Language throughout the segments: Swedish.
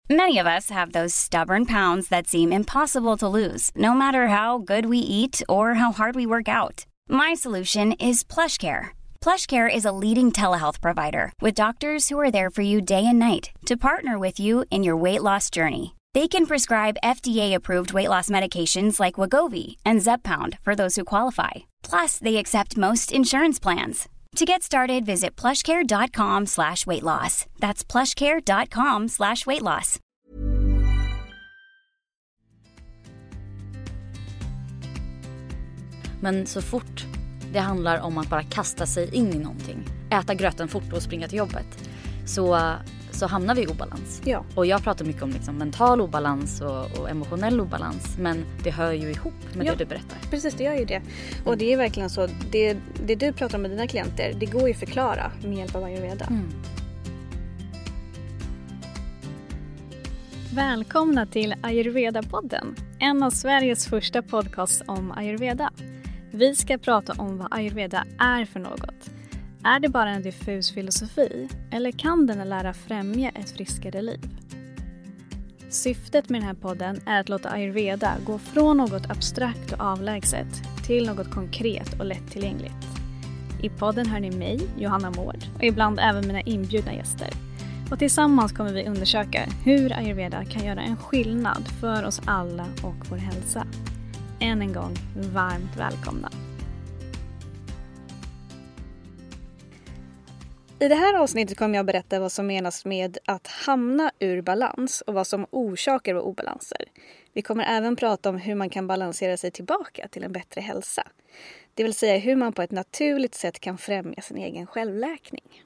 Many of us have those stubborn pounds that seem impossible to lose, no matter how good we eat or how hard we work out. My solution is PlushCare. PlushCare is a leading telehealth provider with doctors who are there for you day and night to partner with you in your weight loss journey. They can prescribe FDA-approved weight loss medications like Wegovy and Zepbound for those who qualify. Plus, they accept most insurance plans. To get started, visit plushcare.com/weightloss. That's plushcare.com/weightloss. Men så fort det handlar om att bara kasta sig in i någonting, äta gröten fort och springa till jobbet, så hamnar vi i obalans. Ja. Och jag pratar mycket om liksom mental obalans och emotionell obalans, men det hör ju ihop med det du berättar. Precis, det gör ju det. Och det är verkligen så, det du pratar om med dina klienter, det går ju att förklara med hjälp av ayurveda. Välkomna till Ayurveda-podden, en av Sveriges första podcasts om ayurveda. Vi ska prata om vad ayurveda är för något. Är det bara en diffus filosofi eller kan den lära främja ett friskare liv? Syftet med den här podden är att låta ayurveda gå från något abstrakt och avlägset till något konkret och lättillgängligt. I podden hör ni mig, Johanna Mård, och ibland även mina inbjudna gäster. Och tillsammans kommer vi undersöka hur ayurveda kan göra en skillnad för oss alla och vår hälsa. Än en gång, varmt välkomna. I det här avsnittet kommer jag berätta vad som menas med att hamna ur balans och vad som orsakar våra obalanser. Vi kommer även prata om hur man kan balansera sig tillbaka till en bättre hälsa. Det vill säga hur man på ett naturligt sätt kan främja sin egen självläkning.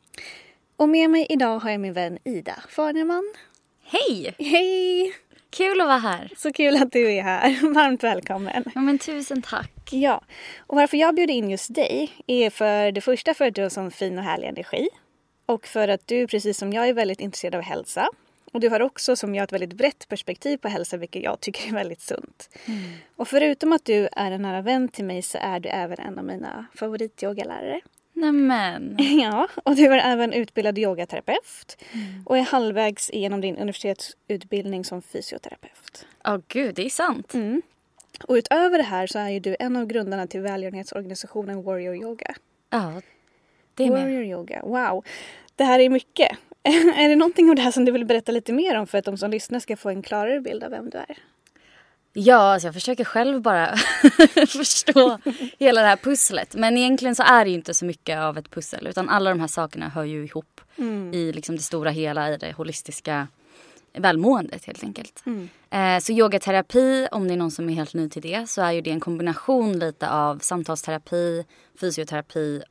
Och med mig idag har jag min vän Ida Farnerman. Hej! Hej! Kul att vara här. Så kul att du är här. Varmt välkommen. Ja, men tusen tack. Ja, och varför jag bjuder in just dig är för det första för att du har sån fin och härlig energi. Och för att du, precis som jag, är väldigt intresserad av hälsa. Och du har också, som jag, ett väldigt brett perspektiv på hälsa, vilket jag tycker är väldigt sunt. Och förutom att du är en nära vän till mig så är du även en av mina favorityogalärare. Nämen. Ja, och du är även utbildad yogaterapeut och är halvvägs igenom din universitetsutbildning som fysioterapeut. Gud, det är sant. Och utöver det här så är ju du en av grundarna till välgörenhetsorganisationen Warrior Yoga. Ja, det är med. Warrior Yoga, wow. Det här är mycket. Är det någonting av det här som du vill berätta lite mer om för att de som lyssnar ska få en klarare bild av vem du är? Ja, alltså jag försöker själv bara förstå hela det här pusslet. Men egentligen så är det ju inte så mycket av ett pussel. Utan alla de här sakerna hör ju ihop i liksom det stora hela, i det holistiska välmåendet helt enkelt. Så yogaterapi, om det är någon som är helt ny till det, så är ju det en kombination lite av samtalsterapi, fysioterapi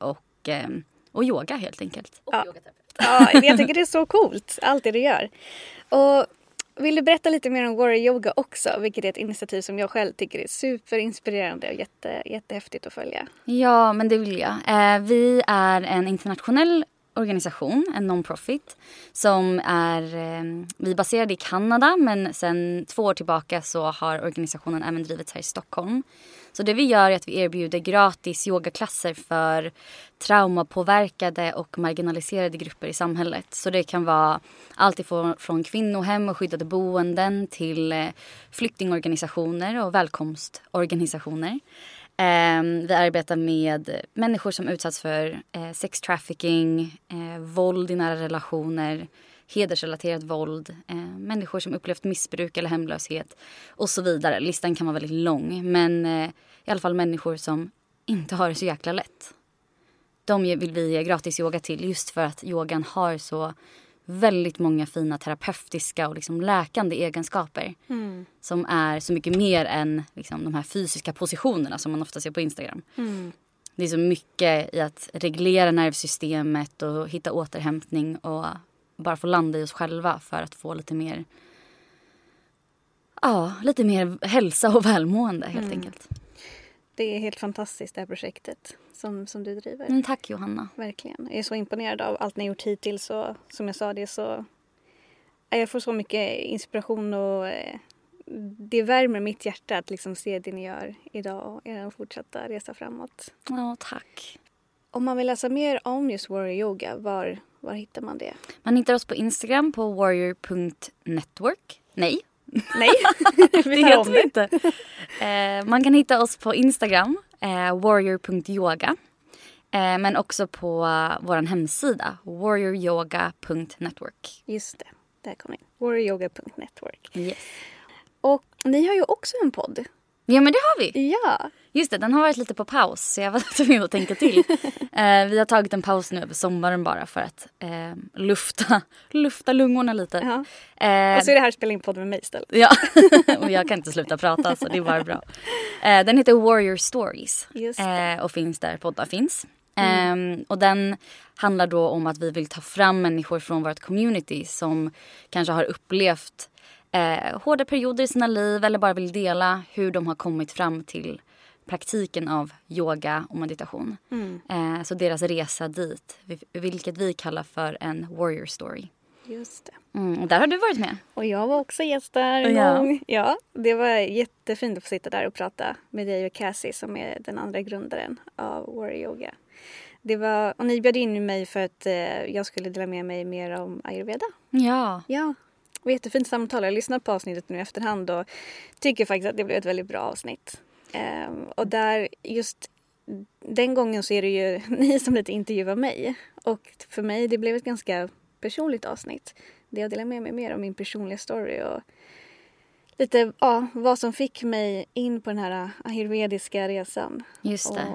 och yoga helt enkelt. Och ja, jag tycker det är så coolt, allt det du gör. Och vill du berätta lite mer om Warrior Yoga också, vilket är ett initiativ som jag själv tycker är superinspirerande och jättehäftigt att följa? Ja, men det vill jag. Vi är en internationell organisation, en non-profit, som vi är baserade i Kanada, men sen 2 år tillbaka så har organisationen även drivits här i Stockholm. Så det vi gör är att vi erbjuder gratis yogaklasser för traumapåverkade och marginaliserade grupper i samhället. Så det kan vara allt från kvinnohem och skyddade boenden till flyktingorganisationer och välkomstorganisationer. Vi arbetar med människor som utsatts för sex trafficking, våld i nära relationer, hedersrelaterat våld, människor som upplevt missbruk eller hemlöshet och så vidare. Listan kan vara väldigt lång, men i alla fall människor som inte har det så jäkla lätt. De vill vi ge gratis yoga till just för att yogan har så väldigt många fina terapeutiska och liksom läkande egenskaper som är så mycket mer än liksom de här fysiska positionerna som man ofta ser på Instagram. Det är så mycket i att reglera nervsystemet och hitta återhämtning och bara få landa i oss själva för att få lite mer hälsa och välmående helt enkelt. Det är helt fantastiskt det här projektet som du driver. Tack Johanna. Verkligen. Jag är så imponerad av allt ni gjort hittills. Så, som jag sa, jag får så mycket inspiration och det värmer mitt hjärta att liksom se det ni gör idag och er fortsatta resa framåt. Ja, tack. Om man vill läsa mer om just Warrior Yoga, var Var hittar man det? Man hittar oss på Instagram på warrior.network. Nej, Vi det heter vi inte. Man kan hitta oss på Instagram, warrior.yoga. Men också på vår hemsida, warrioryoga.network. Just det, där kom in. warrioryoga.network. Yes. Och ni har ju också en podd. Ja, men det har vi. Ja. Just det, den har varit lite på paus så jag var tvungen att tänka till. Vi har tagit en paus nu över sommaren bara för att lufta lungorna lite. Ja. Och så är det här spela in podd med mig istället. Ja, och jag kan inte sluta prata så det är bara bra. Den heter Warrior Stories och finns där poddar finns. Och den handlar då om att vi vill ta fram människor från vårt community som kanske har upplevt hårda perioder i sina liv eller bara vill dela hur de har kommit fram till praktiken av yoga och meditation. Så deras resa dit, vilket vi kallar för en warrior story. Just det. Och där har du varit med. Och jag var också gäst där en gång. Ja, det var jättefint att få sitta där och prata med dig och Cassie som är den andra grundaren av Warrior Yoga. Och ni bjöd in mig för att jag skulle dela med mig mer om ayurveda. Ja. Ja, det var jättefint samtal. Jag har lyssnat på avsnittet nu i efterhand och tycker faktiskt att det blev ett väldigt bra avsnitt. Och där just den gången så är det ju ni som lite intervjuar mig. Och för mig det blev ett ganska personligt avsnitt. Det jag delar med mig mer om min personliga story och lite vad som fick mig in på den här ayurvediska resan. Just det.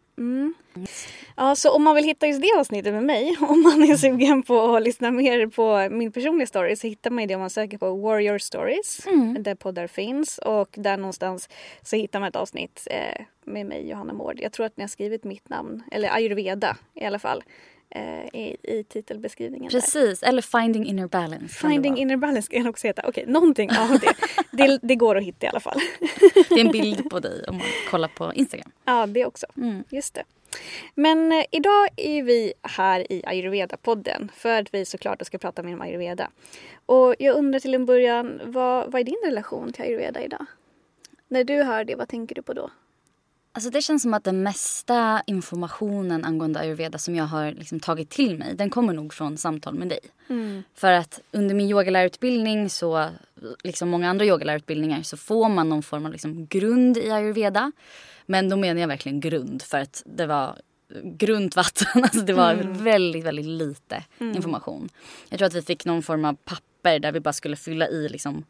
Ja, så om man vill hitta just det avsnittet med mig, om man är sugen på att lyssna mer på min personliga story så hittar man det om man söker på Warrior Stories, där poddar finns och där någonstans så hittar man ett avsnitt med mig, Johanna Mård. Jag tror att ni har skrivit mitt namn, eller ayurveda i alla fall. I titelbeskrivningen. Precis, där. Eller Finding Inner Balance. Finding Inner Balance kan jag också heta. Okej, någonting av det. Det går att hitta i alla fall. Det är en bild på dig om man kollar på Instagram. Ja, det också. Just det. Men idag är vi här i Ayurveda-podden för att vi såklart ska prata mer om Ayurveda. Och jag undrar till en början, vad är din relation till Ayurveda idag? När du hör det, vad tänker du på då? Alltså det känns som att den mesta informationen angående ayurveda som jag har liksom tagit till mig, den kommer nog från samtal med dig. För att under min yogalärarutbildning, så liksom många andra yogalärarutbildningar, så får man någon form av liksom grund i ayurveda. Men då menar jag verkligen grund, för att det var grunt vatten. Alltså det var väldigt, väldigt lite information. Jag tror att vi fick någon form av papper där vi bara skulle fylla i liksom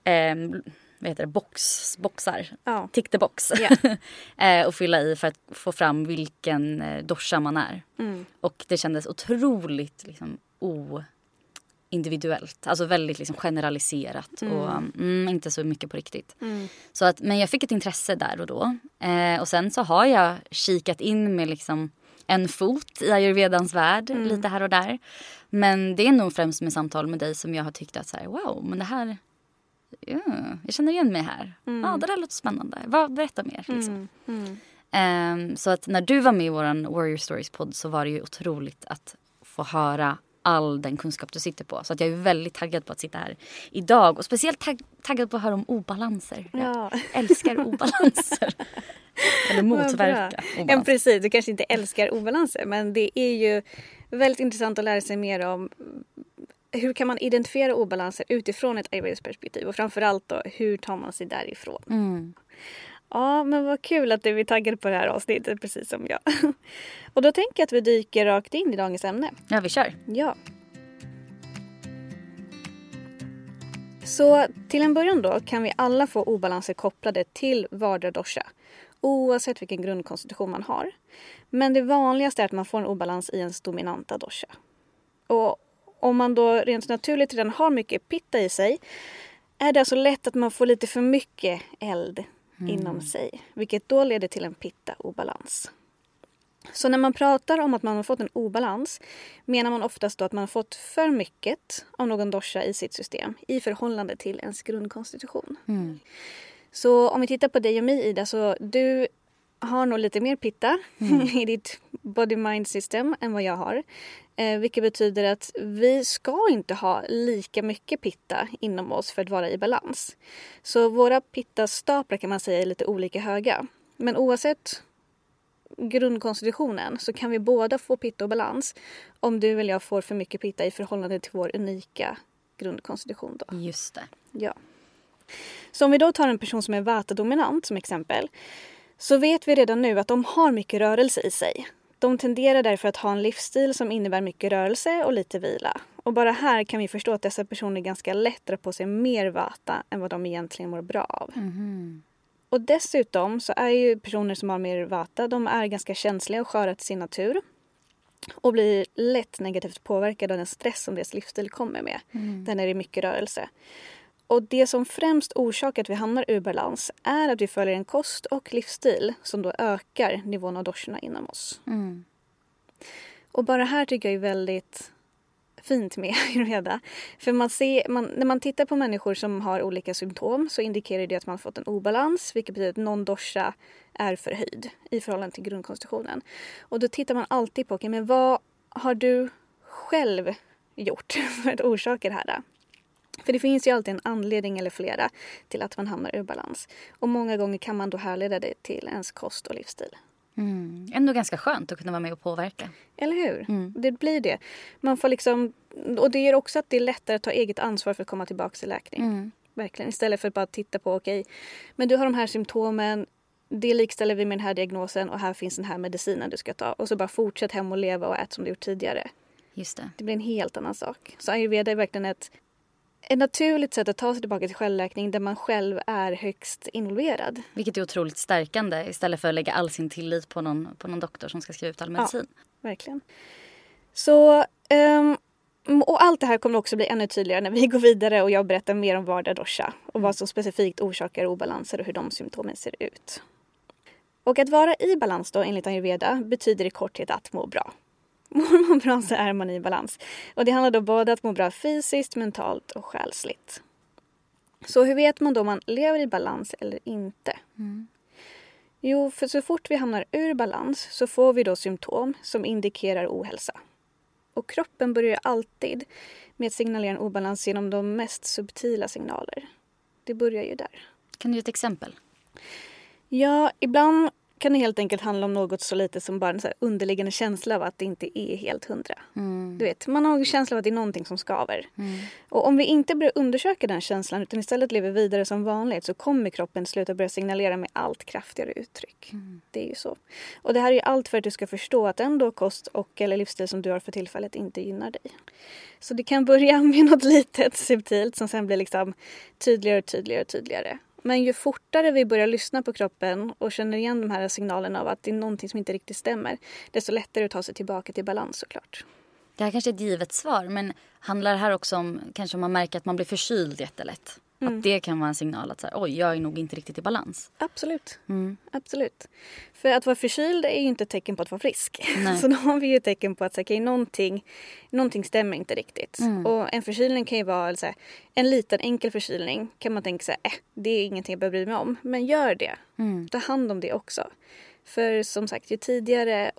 vad heter det, boxar. Tick the box. Och fylla i för att få fram vilken dosha man är. Och det kändes otroligt liksom oindividuellt. Alltså väldigt liksom generaliserat och inte så mycket på riktigt. Så att, men jag fick ett intresse där och då. Och sen så har jag kikat in med liksom en fot i ayurvedans värld lite här och där. Men det är nog främst med samtal med dig som jag har tyckt att så här, wow, men det här... Ja, jag känner igen mig här. Ja, det där låter spännande. Berätta mer. Liksom. Så att när du var med i våran Warrior Stories-podd så var det ju otroligt att få höra all den kunskap du sitter på. Så att jag är väldigt taggad på att sitta här idag. Och speciellt taggad på att höra om obalanser. Ja. Jag älskar obalanser. Eller motverka obalanser. Ja, precis. Du kanske inte älskar obalanser. Men det är ju väldigt intressant att lära sig mer om hur kan man identifiera obalanser utifrån ett ayurvediskt perspektiv? Och framförallt då, hur tar man sig därifrån? Ja, men vad kul att du är taggad på det här avsnittet, precis som jag. Och då tänker jag att vi dyker rakt in i dagens ämne. Ja, vi kör. Ja. Så till en början då kan vi alla få obalanser kopplade till vardera dosha. Oavsett vilken grundkonstitution man har. Men det vanligaste är att man får en obalans i ens dominanta dosha. Och om man då rent naturligt redan har mycket pitta i sig är det alltså lätt att man får lite för mycket eld inom sig. Vilket då leder till en pitta-obalans. Så när man pratar om att man har fått en obalans menar man oftast då att man har fått för mycket av någon dosha i sitt system i förhållande till ens grundkonstitution. Så om vi tittar på dig och mig, Ida, så du har nog lite mer pitta i ditt body-mind system än vad jag har. Vilket betyder att vi ska inte ha lika mycket pitta inom oss för att vara i balans. Så våra pittastaplar kan man säga är lite olika höga. Men oavsett grundkonstitutionen så kan vi båda få pitta-obalans om du eller jag får för mycket pitta i förhållande till vår unika grundkonstitution då. Just det. Ja. Så om vi då tar en person som är vata-dominant som exempel, så vet vi redan nu att de har mycket rörelse i sig. De tenderar därför att ha en livsstil som innebär mycket rörelse och lite vila. Och bara här kan vi förstå att dessa personer ganska lätt drar på sig mer vata än vad de egentligen mår bra av. Mhm. Och dessutom så är ju personer som har mer vata, de är ganska känsliga och sköra till sin natur. Och blir lätt negativt påverkade av den stress som deras livsstil kommer med. Den är det mycket rörelse. Och det som främst orsakar att vi hamnar ur balans är att vi följer en kost och livsstil som då ökar nivån av doshorna inom oss. Mm. Och bara här tycker jag är väldigt fint med ayurveda. För när man tittar på människor som har olika symptom så indikerar det att man har fått en obalans, vilket betyder att någon dosha är förhöjd i förhållande till grundkonstitutionen. Och då tittar man alltid på, okay, men vad har du själv gjort för att orsaka det här? För det finns ju alltid en anledning eller flera till att man hamnar ur balans. Och många gånger kan man då härleda det till ens kost och livsstil. Ändå ganska skönt att kunna vara med och påverka. Eller hur? Det blir det. Man får liksom, och det gör också att det är lättare att ta eget ansvar för att komma tillbaka till läkning. Verkligen. Istället för att bara titta på, okej, men du har de här symptomen, det likställer vi med den här diagnosen och här finns den här medicinen du ska ta. Och så bara fortsätt hem och leva och ät som du gjort tidigare. Just det. Det blir en helt annan sak. Så ayurveda är verkligen ett naturligt sätt att ta sig tillbaka till självläkning där man själv är högst involverad. Vilket är otroligt stärkande istället för att lägga all sin tillit på någon doktor som ska skriva ut all medicin. Ja, verkligen. Så, och allt det här kommer också bli ännu tydligare när vi går vidare och jag berättar mer om vardera dosha och vad som specifikt orsakar obalanser och hur de symptomen ser ut. Och att vara i balans då enligt ayurveda betyder i korthet att må bra. Mår man bra så är man i balans. Och det handlar då både att må bra fysiskt, mentalt och själsligt. Så hur vet man då om man lever i balans eller inte? Jo, för så fort vi hamnar ur balans så får vi då symptom som indikerar ohälsa. Och kroppen börjar alltid med att signalera en obalans genom de mest subtila signaler. Det börjar ju där. Kan du ge ett exempel? Ja, ibland kan det helt enkelt handla om något så lite som bara en så här underliggande känsla av att det inte är helt 100. Du vet, man har en känsla av att det är någonting som skaver. Och om vi inte börjar undersöka den känslan utan istället lever vidare som vanligt så kommer kroppen sluta börja signalera med allt kraftigare uttryck. Det är ju så. Och det här är ju allt för att du ska förstå att ändå kost och eller livsstil som du har för tillfället inte gynnar dig. Så det kan börja med något litet subtilt som sen blir liksom tydligare och tydligare och tydligare. Men ju fortare vi börjar lyssna på kroppen och känner igen de här signalerna av att det är någonting som inte riktigt stämmer, desto lättare att ta sig tillbaka till balans såklart. Det här kanske är ett givet svar, men handlar det här också om kanske om man märker att man blir förkyld jättelätt? Att det kan vara en signal att så här, oj, jag är nog inte riktigt i balans. Absolut. Absolut. För att vara förkyld är ju inte ett tecken på att vara frisk. Nej. Så då har vi ju ett tecken på att okay, någonting stämmer inte riktigt. Och en förkylning kan ju vara så här, en liten enkel förkylning kan man tänka sig, det är ingenting jag behöver bry mig om. Men gör det. Ta hand om det också. För som sagt, ju tidigare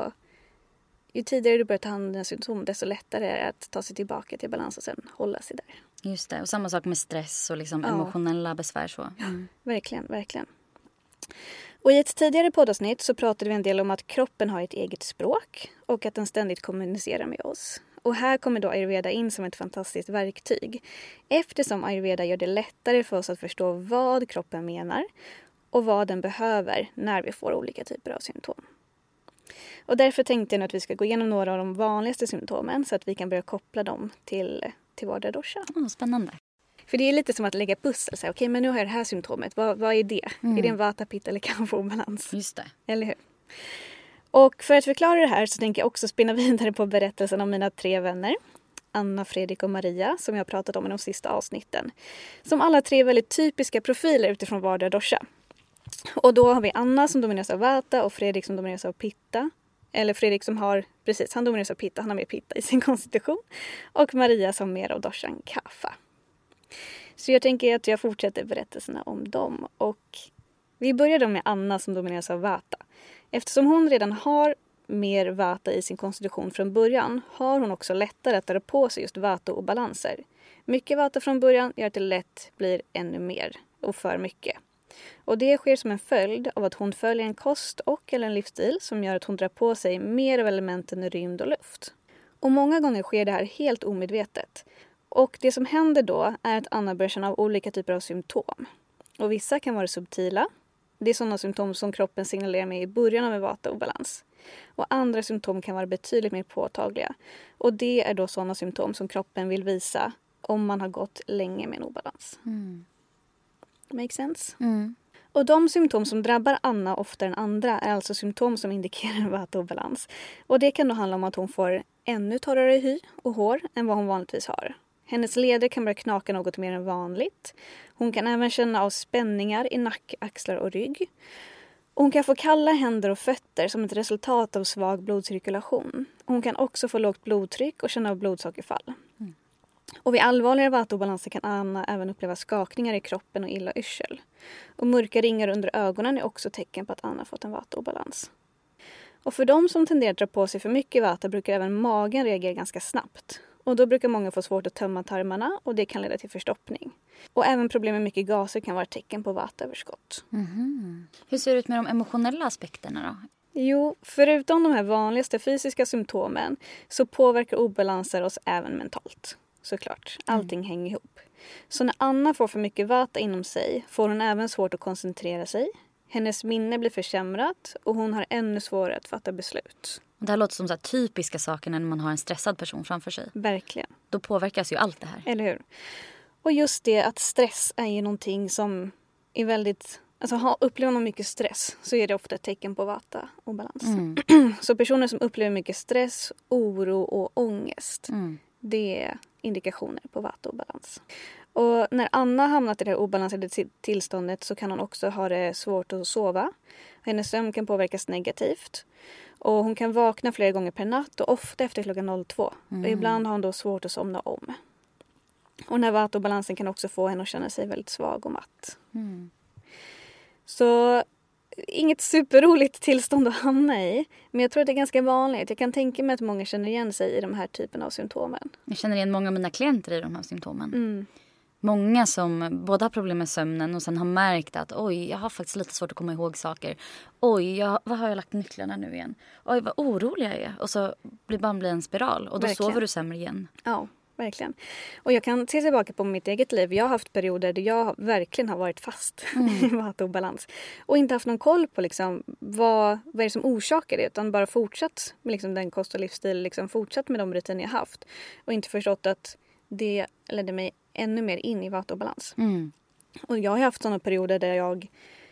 du börjar ta hand om dina symptom, desto lättare är det att ta sig tillbaka till balans och sen hålla sig där. Just det, och samma sak med stress och liksom emotionella besvär så. Verkligen, verkligen. Och i ett tidigare poddavsnitt så pratade vi en del om att kroppen har ett eget språk och att den ständigt kommunicerar med oss. Och här kommer då ayurveda in som ett fantastiskt verktyg. Eftersom ayurveda gör det lättare för oss att förstå vad kroppen menar och vad den behöver när vi får olika typer av symptom. Och därför tänkte jag nu att vi ska gå igenom några av de vanligaste symptomen så att vi kan börja koppla dem till vardera dosha. Spännande. För det är lite som att lägga pussel. Okej, men nu har jag det här symptomet. Vad är det? Är det en vata, pitta eller kanske obalans? Just det. Eller hur? Och för att förklara det här så tänker jag också spinna vidare på berättelsen om mina 3 vänner. Anna, Fredrik och Maria som jag har pratat om i de sista avsnitten. Som alla 3 väldigt typiska profiler utifrån vardera dosha. Och då har vi Anna som domineras av vata och Fredrik som domineras av pitta. Eller Fredrik som har, precis, han domineras av pitta, han har mer pitta i sin konstitution. Och Maria som mer av doshan kapha. Så jag tänker att jag fortsätter berättelserna om dem. Och vi börjar då med Anna som domineras av vata. Eftersom hon redan har mer vata i sin konstitution från början har hon också lättare att dra på sig just vata och balanser. Mycket vata från början gör att det lätt blir ännu mer och för mycket. Och det sker som en följd av att hon följer en kost och eller en livsstil som gör att hon drar på sig mer av elementen i rymd och luft. Och många gånger sker det här helt omedvetet. Och det som händer då är att Anna börjar känna av olika typer av symptom. Och vissa kan vara subtila. Det är sådana symptom som kroppen signalerar med i början av en vataobalans. Och andra symptom kan vara betydligt mer påtagliga. Och det är då sådana symptom som kroppen vill visa om man har gått länge med en obalans. Make sense? Och de symptom som drabbar Anna oftare än andra är alltså symptom som indikerar en vataobalans. Och det kan då handla om att hon får ännu torrare hy och hår än vad hon vanligtvis har. Hennes leder kan börja knaka något mer än vanligt. Hon kan även känna av spänningar i nack, axlar och rygg. Hon kan få kalla händer och fötter som ett resultat av svag blodcirkulation. Hon kan också få lågt blodtryck och känna av blodsockerfall. Och vid allvarligare vataobalanser kan Anna även uppleva skakningar i kroppen och illa yrsel. Och mörka ringar under ögonen är också tecken på att Anna fått en vataobalans. Och för de som tenderar att dra på sig för mycket vata brukar även magen reagera ganska snabbt. Och då brukar många få svårt att tömma tarmarna och det kan leda till förstoppning. Och även problem med mycket gaser kan vara tecken på vataöverskott. Hur ser det ut med de emotionella aspekterna då? Jo, förutom de här vanligaste fysiska symptomen så påverkar obalanser oss även mentalt. Såklart, allting hänger ihop. Så när Anna får för mycket vata inom sig får hon även svårt att koncentrera sig. Hennes minne blir försämrat och hon har ännu svårare att fatta beslut. Det här låter som så här typiska saker när man har en stressad person framför sig. Verkligen. Då påverkas ju allt det här. Eller hur? Och just det att stress är ju någonting som är väldigt... Alltså upplever man mycket stress så är det ofta ett tecken på vataobalans. Så personer som upplever mycket stress, oro och ångest, det är indikationer på vataobalans. Och när Anna hamnat i det här obalanserade tillståndet så kan hon också ha det svårt att sova. Hennes sömn kan påverkas negativt. Och hon kan vakna flera gånger per natt och ofta efter klockan 02. Och ibland har hon då svårt att somna om. Och den här vataobalansen kan också få henne att känna sig väldigt svag och matt. Så inget superroligt tillstånd att hamna i. Men jag tror att det är ganska vanligt. Jag kan tänka mig att många känner igen sig i de här typen av symptomen. Jag känner igen många av mina klienter i de här symptomen. Många som både har problem med sömnen och sen har märkt att oj, jag har faktiskt lite svårt att komma ihåg saker. Oj, vad har jag lagt nycklarna nu igen? Oj, vad orolig jag är. Och så blir man en spiral och då Verkligen. sover du sämre igen. Ja, verkligen. Och jag kan se tillbaka på mitt eget liv. Jag har haft perioder där jag verkligen har varit fast i vataobalans. Och inte haft någon koll på liksom, vad är det som orsakar det. Utan bara fortsatt med liksom, den kost och livsstil. Liksom, fortsatt med de rutiner jag haft. Och inte förstått att det ledde mig ännu mer in i vataobalans. Och jag har haft sådana perioder där jag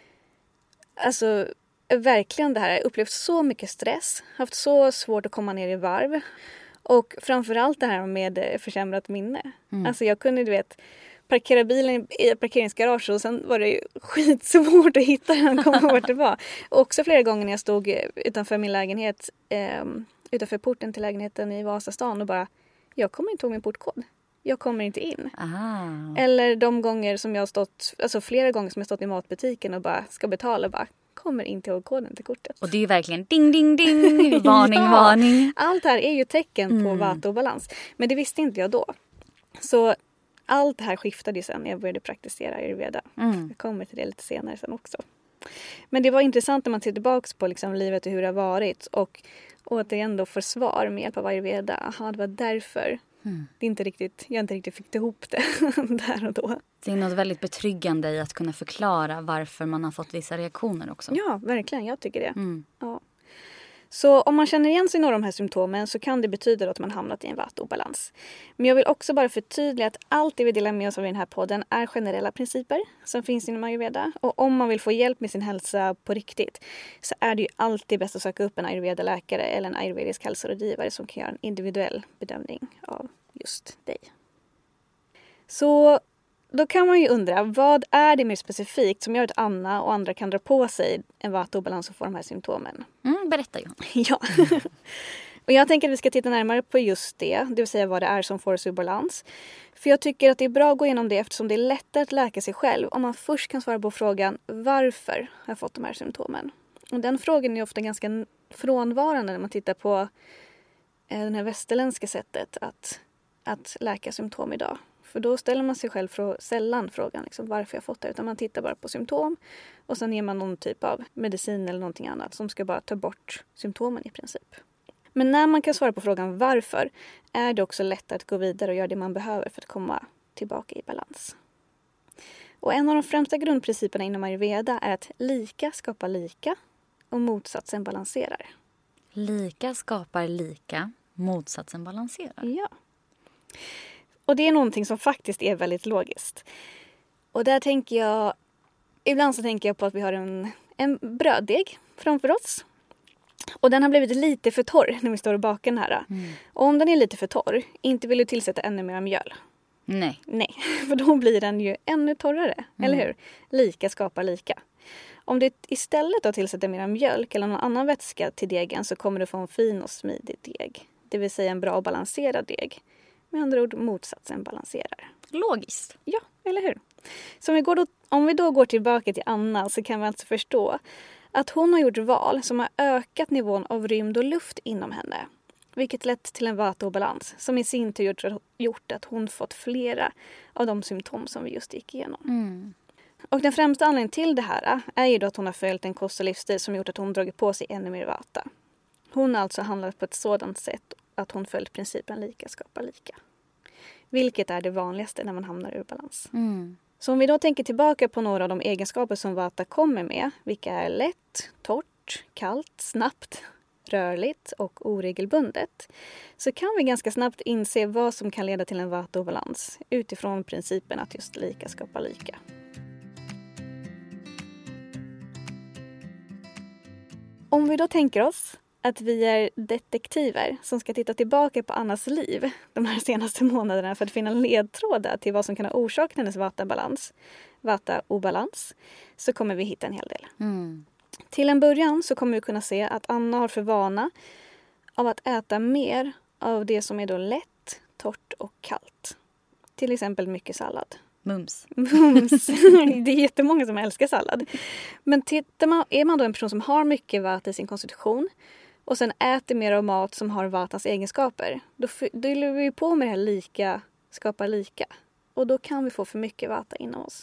verkligen det här upplevt så mycket stress. Haft så svårt att komma ner i varv. Och framförallt det här med försämrat minne. Alltså jag kunde parkera bilen i ett parkeringsgarage och sen var det ju skitsvårt att hitta den och komma vart det var. Och också flera gånger när jag stod utanför min lägenhet, utanför porten till lägenheten i Vasastan och bara, jag kommer inte ihåg min portkod. Jag kommer inte in. Eller de gånger som jag har stått, alltså flera gånger som jag stått i matbutiken och bara ska betala och bara kommer inte ihåg koden till kortet. Och det är ju verkligen ding, ding, ding, varning, varning. Allt här är ju tecken på vataobalans. Men det visste inte jag då. Så allt det här skiftade ju sen när jag började praktisera ayurveda. Jag kommer till det lite senare sen också. Men det var intressant när man ser tillbaka på liksom livet och hur det har varit. Och återigen då får svar med hjälp av ayurveda. Aha, det var därför. Det är inte riktigt, jag inte riktigt fick ihop det där och då. Det är något väldigt betryggande i att kunna förklara varför man har fått vissa reaktioner också. Ja, verkligen. Jag tycker det. Ja. Så om man känner igen sig i några av de här symptomen så kan det betyda att man hamnat i en vataobalans. Men jag vill också bara förtydliga att allt det vi delar med oss av i den här podden är generella principer som finns inom ayurveda. Och om man vill få hjälp med sin hälsa på riktigt så är det ju alltid bäst att söka upp en ayurveda-läkare eller en ayurvedisk hälsorådgivare som kan göra en individuell bedömning av just dig. Så då kan man ju undra, vad är det mer specifikt som gör att Anna och andra kan dra på sig en vataobalans och få de här symptomen? Berätta ju. Ja. Och jag tänker att vi ska titta närmare på just det vill säga vad det är som får oss ur balans. För jag tycker att det är bra att gå igenom det eftersom det är lättare att läka sig själv om man först kan svara på frågan varför har jag fått de här symptomen? Och den frågan är ofta ganska frånvarande när man tittar på det här västerländska sättet att läka symptom idag. För då ställer man sig själv sällan frågan liksom, varför jag fått det. Utan man tittar bara på symptom. Och sen ger man någon typ av medicin eller någonting annat som ska bara ta bort symptomen i princip. Men när man kan svara på frågan varför är det också lättare att gå vidare och göra det man behöver för att komma tillbaka i balans. Och en av de främsta grundprinciperna inom ayurveda är att lika skapar lika och motsatsen balanserar. Lika skapar lika, motsatsen balanserar. Ja. Och det är någonting som faktiskt är väldigt logiskt. Och där tänker jag, ibland så tänker jag på att vi har en bröddeg framför oss. Och den har blivit lite för torr när vi står och bakar den här. Och om den är lite för torr, inte vill du tillsätta ännu mer mjöl. Nej, för då blir den ju ännu torrare, eller hur? Lika skapar lika. Om du istället då tillsätter mer mjölk eller någon annan vätska till degen så kommer du få en fin och smidig deg. Det vill säga en bra och balanserad deg. Med andra ord, motsatsen balanserar. logiskt. Ja, eller hur? Så om vi då går tillbaka till Anna så kan vi alltså förstå att hon har gjort val som har ökat nivån av rymd och luft inom henne. Vilket lett till en vata-obalans som i sin tur gjort att hon fått flera av de symptom som vi just gick igenom. Och den främsta anledningen till det här är ju då att hon har följt en kost- och livsstil som gjort att hon dragit på sig ännu mer vata. Hon har alltså handlat på ett sådant sätt att hon följt principen lika skapar lika. Vilket är det vanligaste när man hamnar ur balans. Så om vi då tänker tillbaka på några av de egenskaper som vata kommer med, vilka är lätt, torrt, kallt, snabbt, rörligt och oregelbundet, så kan vi ganska snabbt inse vad som kan leda till en vata-obalans utifrån principen att just lika skapar lika. Om vi då tänker oss att vi är detektiver som ska titta tillbaka på Annas liv de här senaste månaderna för att finna ledtrådar till vad som kan ha orsakat hennes vata-obalans, så kommer vi hitta en hel del. Till en början så kommer vi kunna se att Anna har för vana av att äta mer av det som är då lätt, torrt och kallt. Till exempel mycket sallad. Mums. Det är jättemånga som älskar sallad. Men är man då en person som har mycket vata i sin konstitution och sen äter mer av mat som har vatas egenskaper, då fyller vi på med det här lika skapar lika. Och då kan vi få för mycket vata inom oss.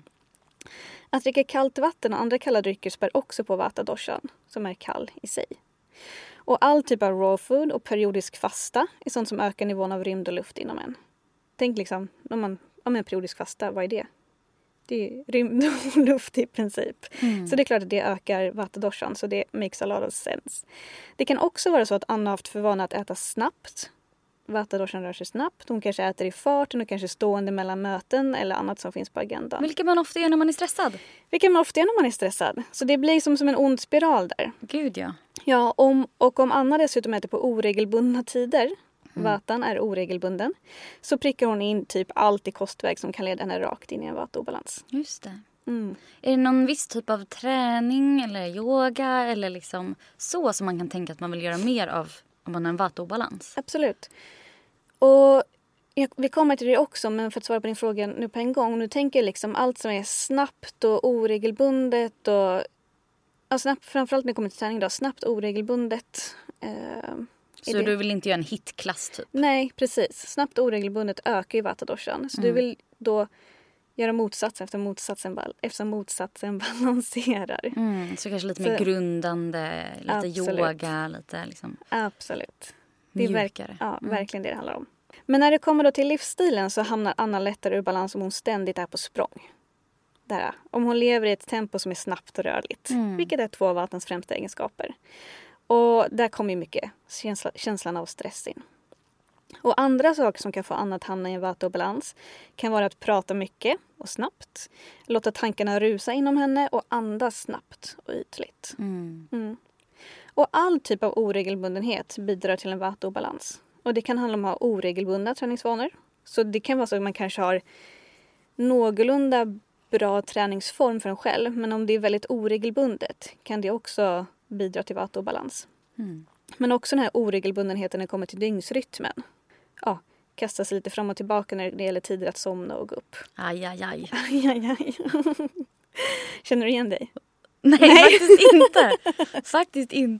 Att dricka kallt vatten och andra kalla drycker spär också på vata-doshan, som är kall i sig. Och all typ av raw food och periodisk fasta är sånt som ökar nivån av rymd och luft inom en. Tänk liksom, om en periodisk fasta, vad är det? Det är rymd och luft i princip. Så det är klart att det ökar vata-doshan, så det makes a lot of sense. Det kan också vara så att Anna har haft för vana att äta snabbt. Vata-doshan rör sig snabbt. Hon kanske äter i farten och kanske stående mellan möten eller annat som finns på agendan. Vilket man ofta gör när man är stressad. Så det blir som en ond spiral där. Gud ja. Ja, om Anna dessutom äter på oregelbundna tider, vatan är oregelbunden, så prickar hon in typ allt i kostväg som kan leda henne rakt in i en vata-obalans. Just det. Är det någon viss typ av träning eller yoga eller liksom så som man kan tänka att man vill göra mer av om man har en vata-obalans? Absolut. Och vi kommer till det också, men för att svara på din fråga nu på en gång. Nu tänker jag liksom allt som är snabbt och oregelbundet och snabbt, framförallt när det kommer till träning då, snabbt oregelbundet. Så du vill inte göra en hitklass typ? Nej, precis. Snabbt oregelbundet ökar ju vata-doshan. Så du vill då göra motsatsen eftersom motsatsen balanserar. Så kanske lite mer grundande, lite absolut. Yoga, lite liksom. Absolut. Det är mjukare. Verkligen det handlar om. Men när det kommer då till livsstilen så hamnar Anna lättare ur balans om hon ständigt är på språng. Där, om hon lever i ett tempo som är snabbt och rörligt. Vilket är 2 av vatans främsta egenskaper. Och där kommer ju mycket känslan av stress in. Och andra saker som kan få Anna att hamna i en vata-obalans kan vara att prata mycket och snabbt. Låta tankarna rusa inom henne och andas snabbt och ytligt. Och all typ av oregelbundenhet bidrar till en vata-obalans. Och det kan handla om att ha oregelbundna träningsvanor. Så det kan vara så att man kanske har någorlunda bra träningsform för en själv. Men om det är väldigt oregelbundet kan det också bidra till vata-obalans. Men också den här oregelbundenheten när det kommer till dygnsrytmen. Ja, kasta sig lite fram och tillbaka när det gäller tider att somna och gå upp. Aj, aj, aj. Aj, aj, aj. Känner du igen dig? Nej, faktiskt inte. Faktiskt inte.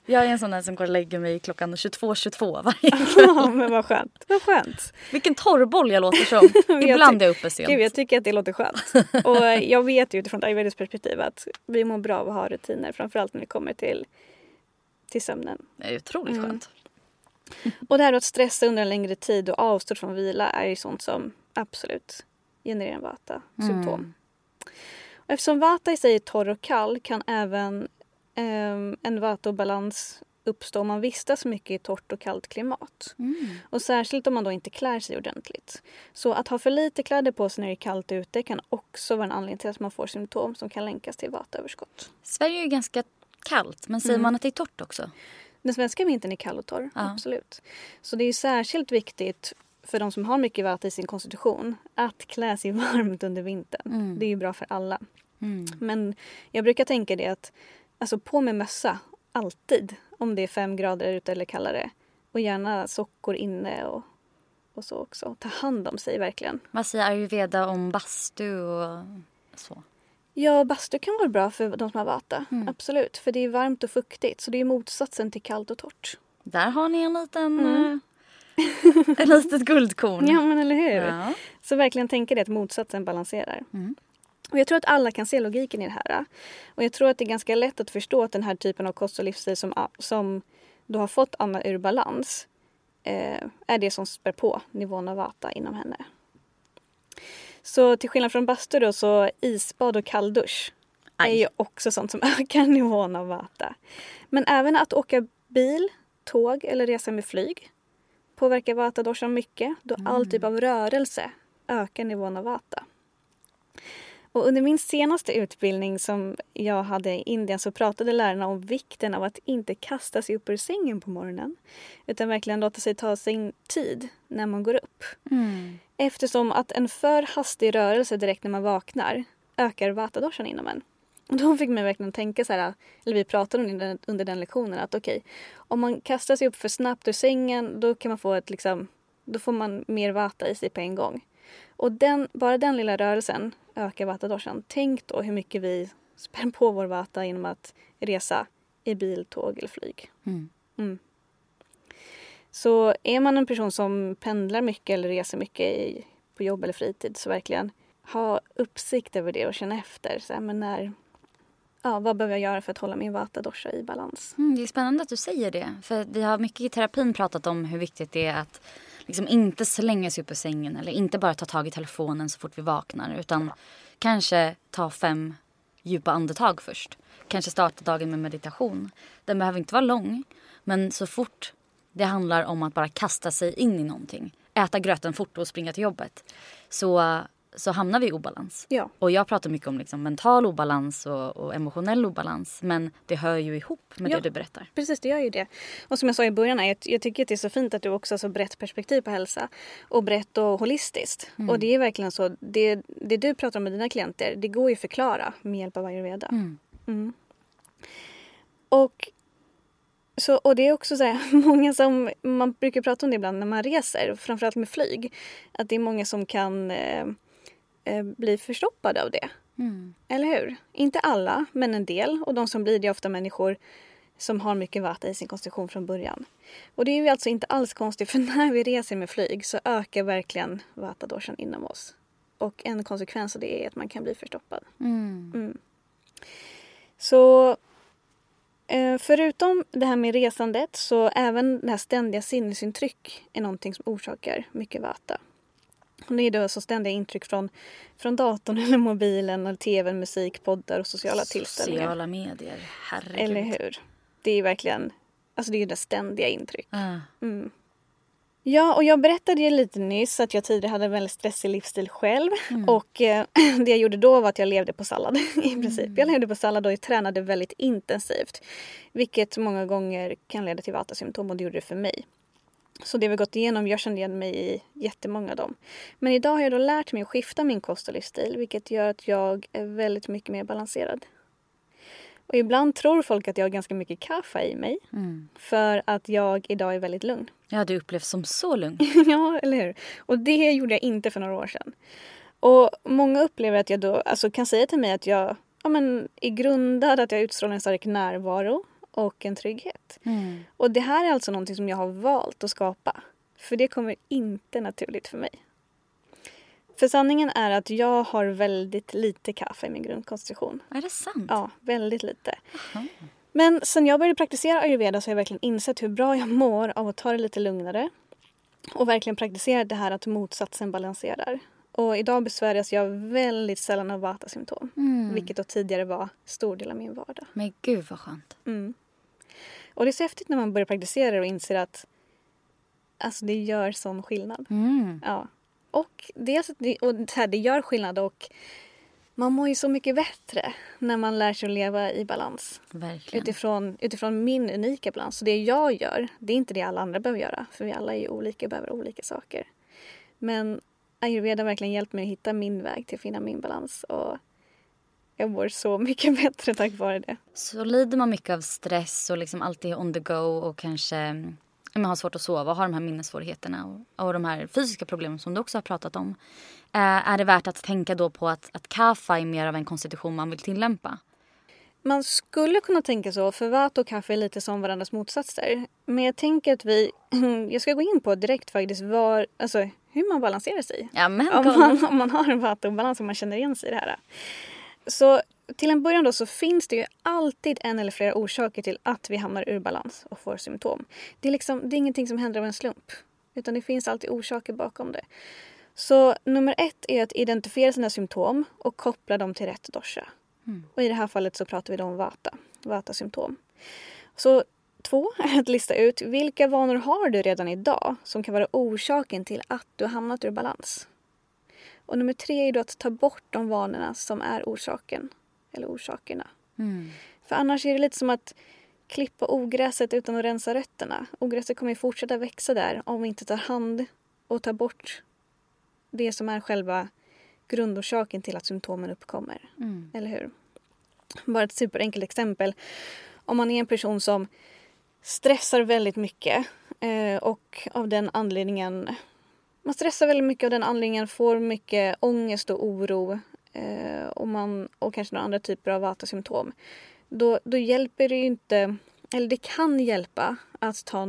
Jag är en sån där som går och lägger mig klockan 22:22 varje kväll. Ja, men vad skönt. Vad skönt. Vilken torrboll jag låter som. Ibland är jag uppe sent. Gud, jag tycker att det låter skönt. Och jag vet ju utifrån ayurvediskt perspektiv att vi mår bra av att ha rutiner. Framförallt när det kommer till sömnen. Det är otroligt skönt. Och det här att stressa under en längre tid och avstå från vila är ju sånt som absolut genererar en vata-symptom. Och eftersom vata i sig är torr och kall kan även en vata-obalans uppstå om man vistas mycket i torrt och kallt klimat. Och särskilt om man då inte klär sig ordentligt. Så att ha för lite kläder på sig när det är kallt ute kan också vara en anledning till att man får symptom som kan länkas till vataöverskott. Sverige är ju ganska kallt, men säger man att det är torrt också? Den svenska vintern är kall och torr, absolut. Så det är särskilt viktigt för de som har mycket vata i sin konstitution att klä sig varmt under vintern. Det är ju bra för alla. Men jag brukar tänka det att alltså på med mössa, alltid. Om det är 5 grader ute eller kallare. Och gärna sockor inne och så också. Ta hand om sig verkligen. Vad säger ayurveda om bastu och så? Ja, bastu kan vara bra för de som har vata. Absolut, för det är varmt och fuktigt. Så det är motsatsen till kallt och torrt. Där har ni en liten... ett litet guldkorn. Ja, men eller hur? Ja. Så verkligen tänka det att motsatsen balanserar. Och jag tror att alla kan se logiken i det här. Och jag tror att det är ganska lätt att förstå att den här typen av kost och livsstil som då har fått Anna ur balans är det som spär på nivån av vata inom henne. Så till skillnad från bastu då, så isbad och kalldusch är ju också sånt som ökar nivån av vata. Men även att åka bil, tåg eller resa med flyg påverkar vata-doshan mycket, då all typ av rörelse ökar nivån av vata. Och under min senaste utbildning som jag hade i Indien så pratade lärarna om vikten av att inte kasta sig upp ur sängen på morgonen. Utan verkligen låta sig ta sin tid när man går upp. Eftersom att en för hastig rörelse direkt när man vaknar ökar vata-doshan inom en. Och då fick man verkligen tänka så här, eller vi pratade om det under den lektionen, att okej, om man kastar sig upp för snabbt ur sängen då kan man få då får man mer vata i sig på en gång. Och bara den lilla rörelsen ökar vata-doshan. Tänk då hur mycket vi spär på vår vata genom att resa i bil, tåg eller flyg. Så är man en person som pendlar mycket eller reser mycket på jobb eller fritid, så verkligen ha uppsikt över det och känna efter. Så här, men vad behöver jag göra för att hålla min vata-dosha i balans? Det är spännande att du säger det. För vi har mycket i terapin pratat om hur viktigt det är att liksom inte slänga sig upp ur sängen eller inte bara ta tag i telefonen så fort vi vaknar, utan kanske ta 5 djupa andetag först. Kanske starta dagen med meditation. Den behöver inte vara lång, men så fort det handlar om att bara kasta sig in i någonting, äta gröten fort och springa till jobbet, så hamnar vi i obalans. Ja. Och jag pratar mycket om liksom mental obalans och emotionell obalans. Men det hör ju ihop med det du berättar. Precis, det gör ju det. Och som jag sa i början, jag tycker att det är så fint att du också har så brett perspektiv på hälsa. Och brett och holistiskt. Och det är verkligen så, det du pratar om med dina klienter, det går ju att förklara med hjälp av ayurveda. Och det är också så här, många som, man brukar prata om det ibland när man reser, framförallt med flyg. Att det är många som kan bli förstoppade av det. Eller hur? Inte alla, men en del. Och de som blir det är ofta människor som har mycket vata i sin konstitution från början. Och det är ju alltså inte alls konstigt, för när vi reser med flyg så ökar verkligen vata-doshan inom oss. Och en konsekvens av det är att man kan bli förstoppad. Så förutom det här med resandet, så även det här ständiga sinnesintryck är någonting som orsakar mycket vata. Och det är då så ständiga intryck från datorn eller mobilen eller tvn, musik, poddar och sociala tillställningar. Sociala medier, herregud. Eller hur? Det är ju verkligen, alltså det är ju det ständiga intryck. Ja, och jag berättade ju lite nyss att jag tidigare hade en väldigt stressig livsstil själv. Och det jag gjorde då var att jag levde på sallad i princip. Jag levde på sallad och jag tränade väldigt intensivt. Vilket många gånger kan leda till vata-symptom, och det gjorde det för mig. Så det vi gått igenom, jag kände igen mig i jättemånga av dem. Men idag har jag då lärt mig att skifta min kost och livsstil, vilket gör att jag är väldigt mycket mer balanserad. Och ibland tror folk att jag har ganska mycket kaffe i mig. För att jag idag är väldigt lugn. Ja, du upplevs som så lugn. Ja, eller hur? Och det gjorde jag inte för några år sedan. Och många upplever att jag då kan säga till mig att jag är grundad, att jag utstrålar en stark närvaro. och en trygghet. Och det här är alltså någonting som jag har valt att skapa. För det kommer inte naturligt för mig. För sanningen är att jag har väldigt lite kaffe i min grundkonstitution. Är det sant? Ja, väldigt lite. Aha. Men sen jag började praktisera ayurveda så har jag verkligen insett hur bra jag mår av att ta det lite lugnare. Och verkligen praktisera det här att motsatsen balanserar. Och idag besväras jag väldigt sällan av vata-symptom. Vilket då tidigare var stor del av min vardag. Men gud vad skönt. Och det är så häftigt när man börjar praktisera och inser att alltså, det gör sån skillnad. Ja. Och det gör skillnad och man mår ju så mycket bättre när man lär sig att leva i balans. Verkligen. Utifrån min unika balans. Så det jag gör, det är inte det alla andra behöver göra. För vi alla är ju olika och behöver olika saker. Men ayurveda har verkligen hjälpt mig att hitta min väg till att finna min balans. Och jag mår så mycket bättre tack vare det. Så lider man mycket av stress och liksom alltid on the go och kanske man har svårt att sova och har de här minnessvårigheterna och de här fysiska problemen som du också har pratat om. Är det värt att tänka då på att kaffe är mer av en konstitution man vill tillämpa? Man skulle kunna tänka så, för vata och kaffe är lite som varandras motsatser. Men jag tänker att jag ska gå in på direkt faktiskt hur man balanserar sig. Ja, men om man har en vata och balans och man känner igen sig i det här. Så till en början då så finns det ju alltid en eller flera orsaker till att vi hamnar ur balans och får symptom. Det är ingenting som händer av en slump. Utan det finns alltid orsaker bakom det. Så nummer 1 är att identifiera sina symptom och koppla dem till rätt dosha. Och i det här fallet så pratar vi då om vata-symptom. Så 2 är att lista ut vilka vanor har du redan idag som kan vara orsaken till att du har hamnat ur balans. Och nummer 3 är då att ta bort de vanorna som är orsaken. Eller orsakerna. För annars är det lite som att klippa ogräset utan att rensa rötterna. Ogräset kommer ju fortsätta växa där om vi inte tar hand och tar bort det som är själva grundorsaken till att symptomen uppkommer. Eller hur? Bara ett superenkelt exempel. Om man är en person som stressar väldigt mycket och av den anledningen får mycket ångest och oro och kanske några andra typer av vata-symptom. Då hjälper det ju inte, eller det kan hjälpa att ta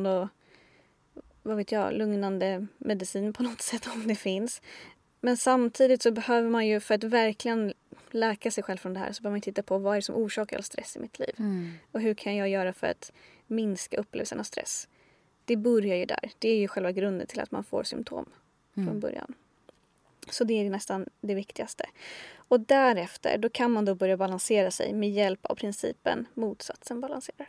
lugnande medicin på något sätt om det finns. Men samtidigt så behöver man ju, för att verkligen läka sig själv från det här, så behöver man titta på vad är det som orsakar all stress i mitt liv. Och hur kan jag göra för att minska upplevelsen av stress. Det börjar ju där. Det är ju själva grunden till att man får symptom från början. Så det är nästan det viktigaste. Och därefter, då kan man då börja balansera sig med hjälp av principen motsatsen balanserar.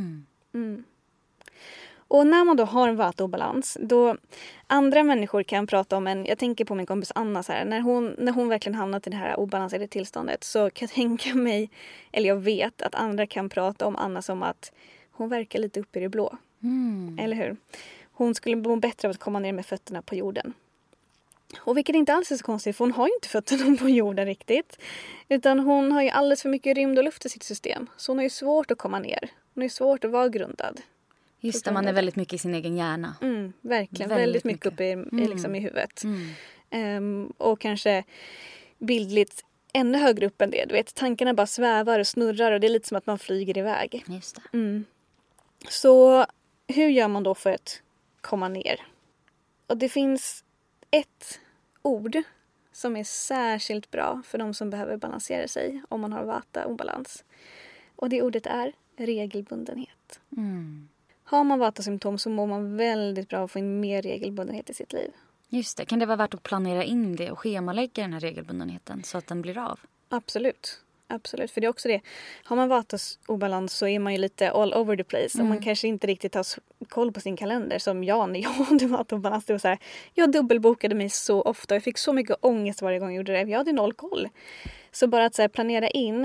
Och när man då har en vata-obalans, då andra människor kan prata om jag tänker på min kompis Anna så här, när hon verkligen hamnat i det här obalanserade tillståndet, så kan jag tänka mig, eller jag vet att andra kan prata om Anna som att hon verkar lite uppe i det blå. Eller hur? Hon skulle må bättre av att komma ner med fötterna på jorden. Och vilket inte alls är så konstigt, för hon har ju inte fötterna på jorden riktigt. Utan hon har ju alldeles för mycket rymd och luft i sitt system. Så hon har ju svårt att komma ner. Hon har ju svårt att vara grundad. Just det, man är väldigt mycket i sin egen hjärna. Verkligen, väldigt mycket uppe i huvudet. Och kanske bildligt ännu högre upp än det. Du vet, tankarna bara svävar och snurrar och det är lite som att man flyger iväg. Just det. Så hur gör man då för att komma ner? Och det finns ett ord som är särskilt bra för de som behöver balansera sig om man har vata-obalans. Och det ordet är regelbundenhet. Har man vata-symptom så mår man väldigt bra att få in mer regelbundenhet i sitt liv. Just det. Kan det vara värt att planera in det och schemalägga den här regelbundenheten så att den blir av? Absolut. Absolut, för det är också det. Har man vata-obalans så är man ju lite all over the place. Och man kanske inte riktigt har koll på sin kalender. Som jag, när jag hade vata-obalans. Det var så här, jag dubbelbokade mig så ofta. Jag fick så mycket ångest varje gång jag gjorde det. Jag hade 0 koll. Så bara att så här, planera in.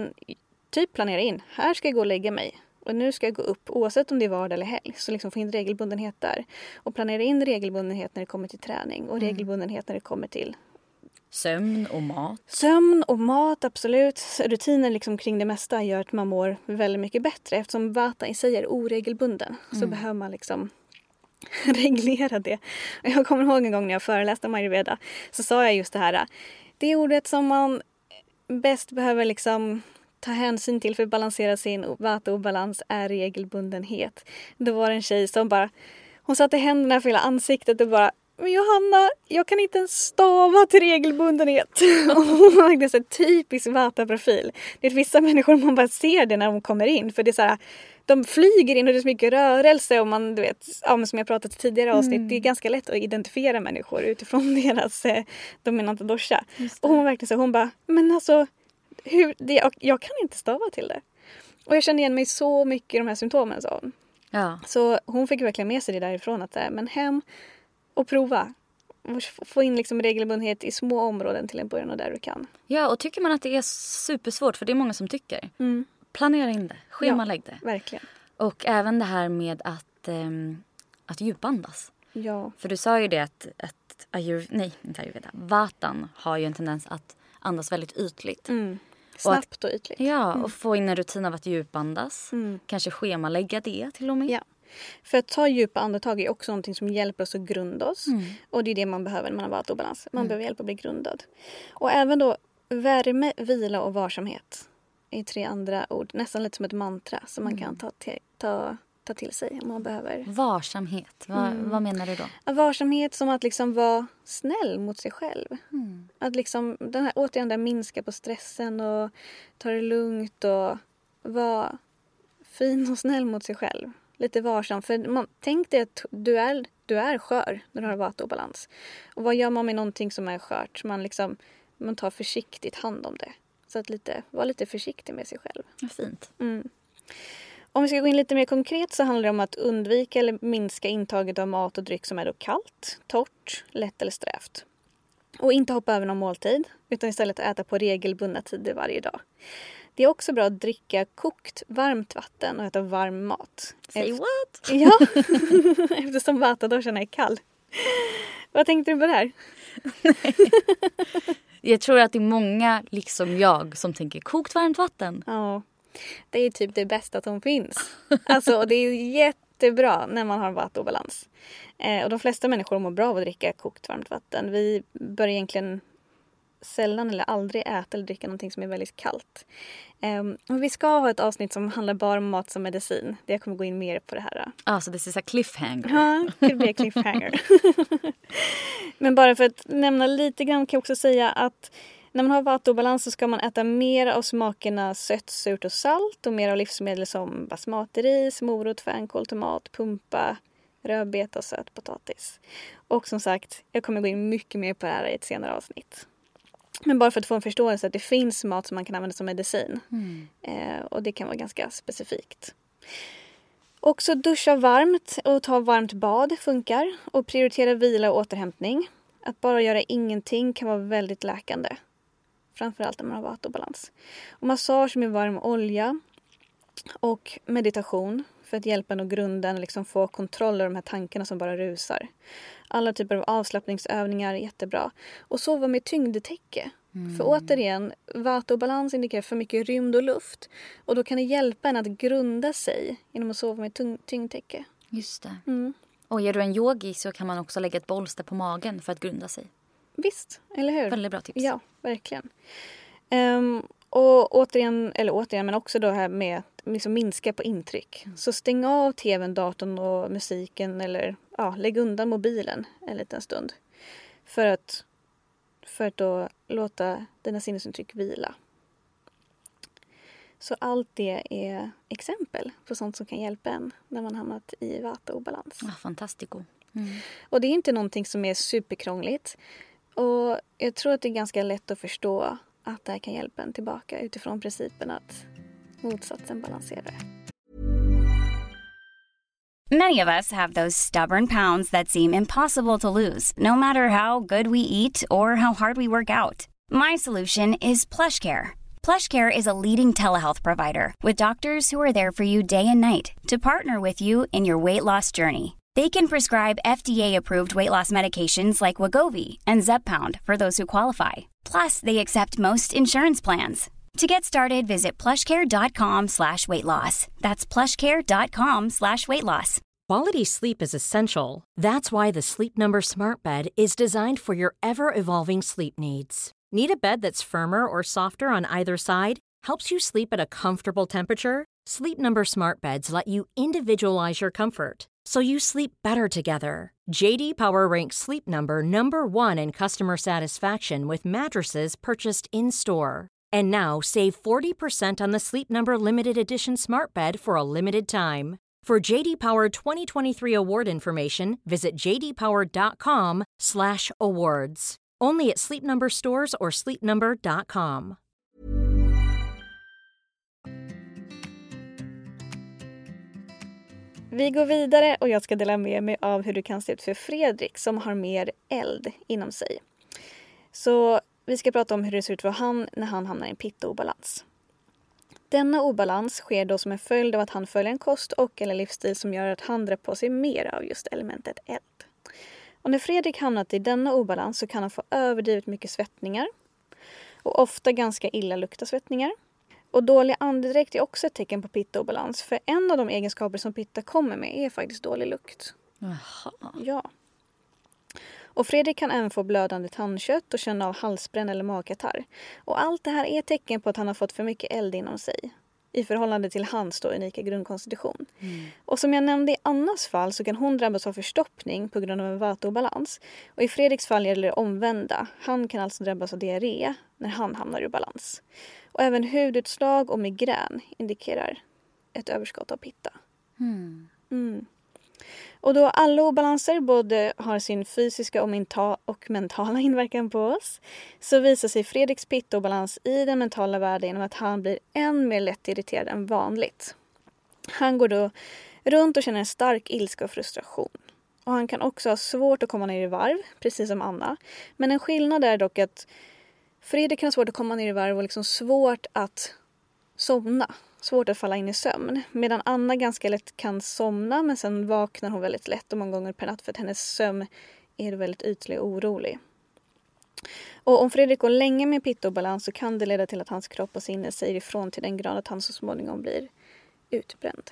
Här ska jag gå och lägga mig. Och nu ska jag gå upp oavsett om det är vardag eller helg. Så liksom få in regelbundenhet där. Och planera in regelbundenhet när det kommer till träning. Och regelbundenhet när det kommer till sömn och mat, absolut. Rutiner liksom kring det mesta gör att man mår väldigt mycket bättre. Eftersom vata i sig är oregelbunden så behöver man liksom reglera det. Och jag kommer ihåg en gång när jag föreläste om ayurveda så sa jag just det här. Det är ordet som man bäst behöver liksom ta hänsyn till för att balansera sin vata-obalans är regelbundenhet. Då var det en tjej som bara, hon satte händerna för hela ansiktet och bara, men Johanna, jag kan inte ens stava till regelbundenhet. Och hon har en typisk vata-profil. Det är vissa människor man bara ser det när de kommer in. För det är så här, de flyger in och det är så mycket rörelse. Och man, du vet, ja, som jag pratat i tidigare avsnitt, det är ganska lätt att identifiera människor utifrån deras dominanta dosha. Och hon verkligen så, hon bara, men alltså, jag kan inte stava till det. Och jag kände igen mig så mycket i de här symptomen, sa hon. Ja. Så hon fick verkligen med sig det därifrån, att men hem och prova. Få in liksom regelbundenhet i små områden till en början och där du kan. Ja, och tycker man att det är supersvårt, för det är många som tycker. Planera in det, schemalägg det. Ja, verkligen. Och även det här med att djupandas. Ja. För du sa ju det att vatan har ju en tendens att andas väldigt ytligt. Snabbt och ytligt. Ja, och få in en rutin av att djupandas. Kanske schemalägga det till och med. Ja. För att ta djupa andetag är också någonting som hjälper oss att grunda oss. Och det är det man behöver när man har vata-obalans. Man behöver hjälp att bli grundad. Och även då värme, vila och varsamhet är 3 andra ord. Nästan lite som ett mantra som man kan ta till sig om man behöver. Varsamhet, vad menar du då? Varsamhet som att liksom vara snäll mot sig själv. Att liksom återigen där minska på stressen och ta det lugnt och vara fin och snäll mot sig själv. Lite varsam. För tänk dig att du är skör när du har vata-obalans. Och vad gör man med någonting som är skört? Man tar försiktigt hand om det. Så att var lite försiktig med sig själv. Ja, fint. Om vi ska gå in lite mer konkret så handlar det om att undvika eller minska intaget av mat och dryck som är då kallt, torrt, lätt eller strävt. Och inte hoppa över någon måltid utan istället äta på regelbundna tider varje dag. Det är också bra att dricka kokt varmt vatten och äta varm mat. Say what? Ja, eftersom vata-doshan är kall. Vad tänkte du på det här? Jag tror att det är många, liksom jag, som tänker kokt varmt vatten. Ja, det är typ det bästa som finns. Alltså, det är jättebra när man har vata-obalans. Och de flesta människor mår bra av att dricka kokt varmt vatten. Vi bör egentligen sällan eller aldrig äta eller dricka någonting som är väldigt kallt. Och vi ska ha ett avsnitt som handlar bara om mat som medicin. Jag kommer gå in mer på det här. Alltså, det är så cliffhanger. Ja, could be a cliffhanger. Men bara för att nämna lite grann kan jag också säga att när man har vata-obalans så ska man äta mer av smakerna sött, surt och salt och mer av livsmedel som basmati-ris, morot, fänkål, tomat, pumpa, rödbeta och sötpotatis. Och som sagt, jag kommer gå in mycket mer på det här i ett senare avsnitt. Men bara för att få en förståelse att det finns mat som man kan använda som medicin. Och det kan vara ganska specifikt. Också duscha varmt och ta varmt bad funkar. Och prioritera vila och återhämtning. Att bara göra ingenting kan vara väldigt läkande. Framförallt när man har vata-obalans. Och massage med varm olja. Och meditation för att hjälpa en att grunda och liksom få kontroll över de här tankarna som bara rusar. Alla typer av avslappningsövningar är jättebra. Och sova med tyngdtäcke. För återigen, vata-obalans indikerar för mycket rymd och luft. Och då kan det hjälpa en att grunda sig genom att sova med tyngdtäcke. Just det. Och är du en yogi så kan man också lägga ett bolster på magen för att grunda sig. Visst, eller hur? Väldigt bra tips. Ja, verkligen. Och återigen, men också då här med liksom minska på intryck. Så stäng av tvn, datorn och musiken eller lägg undan mobilen en liten stund. För att då låta dina sinnesintryck vila. Så allt det är exempel på sånt som kan hjälpa en när man hamnat i vata-obalans. Fantastico. Och det är inte någonting som är superkrångligt. Och jag tror att det är ganska lätt att förstå att det här kan hjälpa en tillbaka utifrån principen att motsatsen balanserar. Many of us have those stubborn pounds that seem impossible to lose, no matter how good we eat or how hard we work out. My solution is PlushCare. PlushCare is a leading telehealth provider with doctors who are there for you day and night to partner with you in your weight loss journey. They can prescribe FDA-approved weight loss medications like Wegovy and Zepbound for those who qualify. Plus, they accept most insurance plans. To get started, visit plushcare.com/weightloss. That's plushcare.com/weightloss. Quality sleep is essential. That's why the Sleep Number Smart Bed is designed for your ever-evolving sleep needs. Need a bed that's firmer or softer on either side? helps you sleep at a comfortable temperature, Sleep Number smart beds let you individualize your comfort so you sleep better together. JD Power ranks Sleep Number #1 in customer satisfaction with mattresses purchased in-store. And now save 40% on the Sleep Number limited edition smart bed for a limited time. For JD Power 2023 award information, visit jdpower.com/awards. Only at Sleep Number stores or sleepnumber.com. Vi går vidare och jag ska dela med mig av hur det kan se ut för Fredrik som har mer eld inom sig. Så vi ska prata om hur det ser ut för han när han hamnar i en pitta-obalans. Denna obalans sker då som en följd av att han följer en kost och eller livsstil som gör att han drar på sig mer av just elementet eld. Och när Fredrik hamnat i denna obalans så kan han få överdrivet mycket svettningar och ofta ganska illa lukta svettningar. Och dålig andedräkt är också ett tecken på pitta-obalans, för en av de egenskaper som pitta kommer med är faktiskt dålig lukt. Jaha. Ja. Och Fredrik kan även få blödande tandkött och känna av halsbränn eller magkatarr. Och allt det här är tecken på att han har fått för mycket eld inom sig i förhållande till hans då unika grundkonstitution. Och som jag nämnde i Annas fall så kan hon drabbas av förstoppning på grund av en vata-obalans. Och i Fredriks fall gäller det omvända. Han kan alltså drabbas av diarré när han hamnar ur balans. Och även hudutslag och migrän indikerar ett överskott av pitta. Och då alla obalanser både har sin fysiska och mentala inverkan på oss, så visar sig Fredriks pitta-obalans i den mentala världen genom att han blir än mer lätt irriterad än vanligt. Han går då runt och känner en stark ilska och frustration. Och han kan också ha svårt att komma ner i varv, precis som Anna. Men en skillnad är dock att Fredrik kan ha svårt att komma ner i varv och liksom svårt att somna. Svårt att falla in i sömn. Medan Anna ganska lätt kan somna, men sen vaknar hon väldigt lätt och många gånger per natt för att hennes sömn är väldigt ytlig och orolig. Och om Fredrik går länge med pitta-obalans så kan det leda till att hans kropp och sinne säger ifrån till den grad att han så småningom blir utbränd.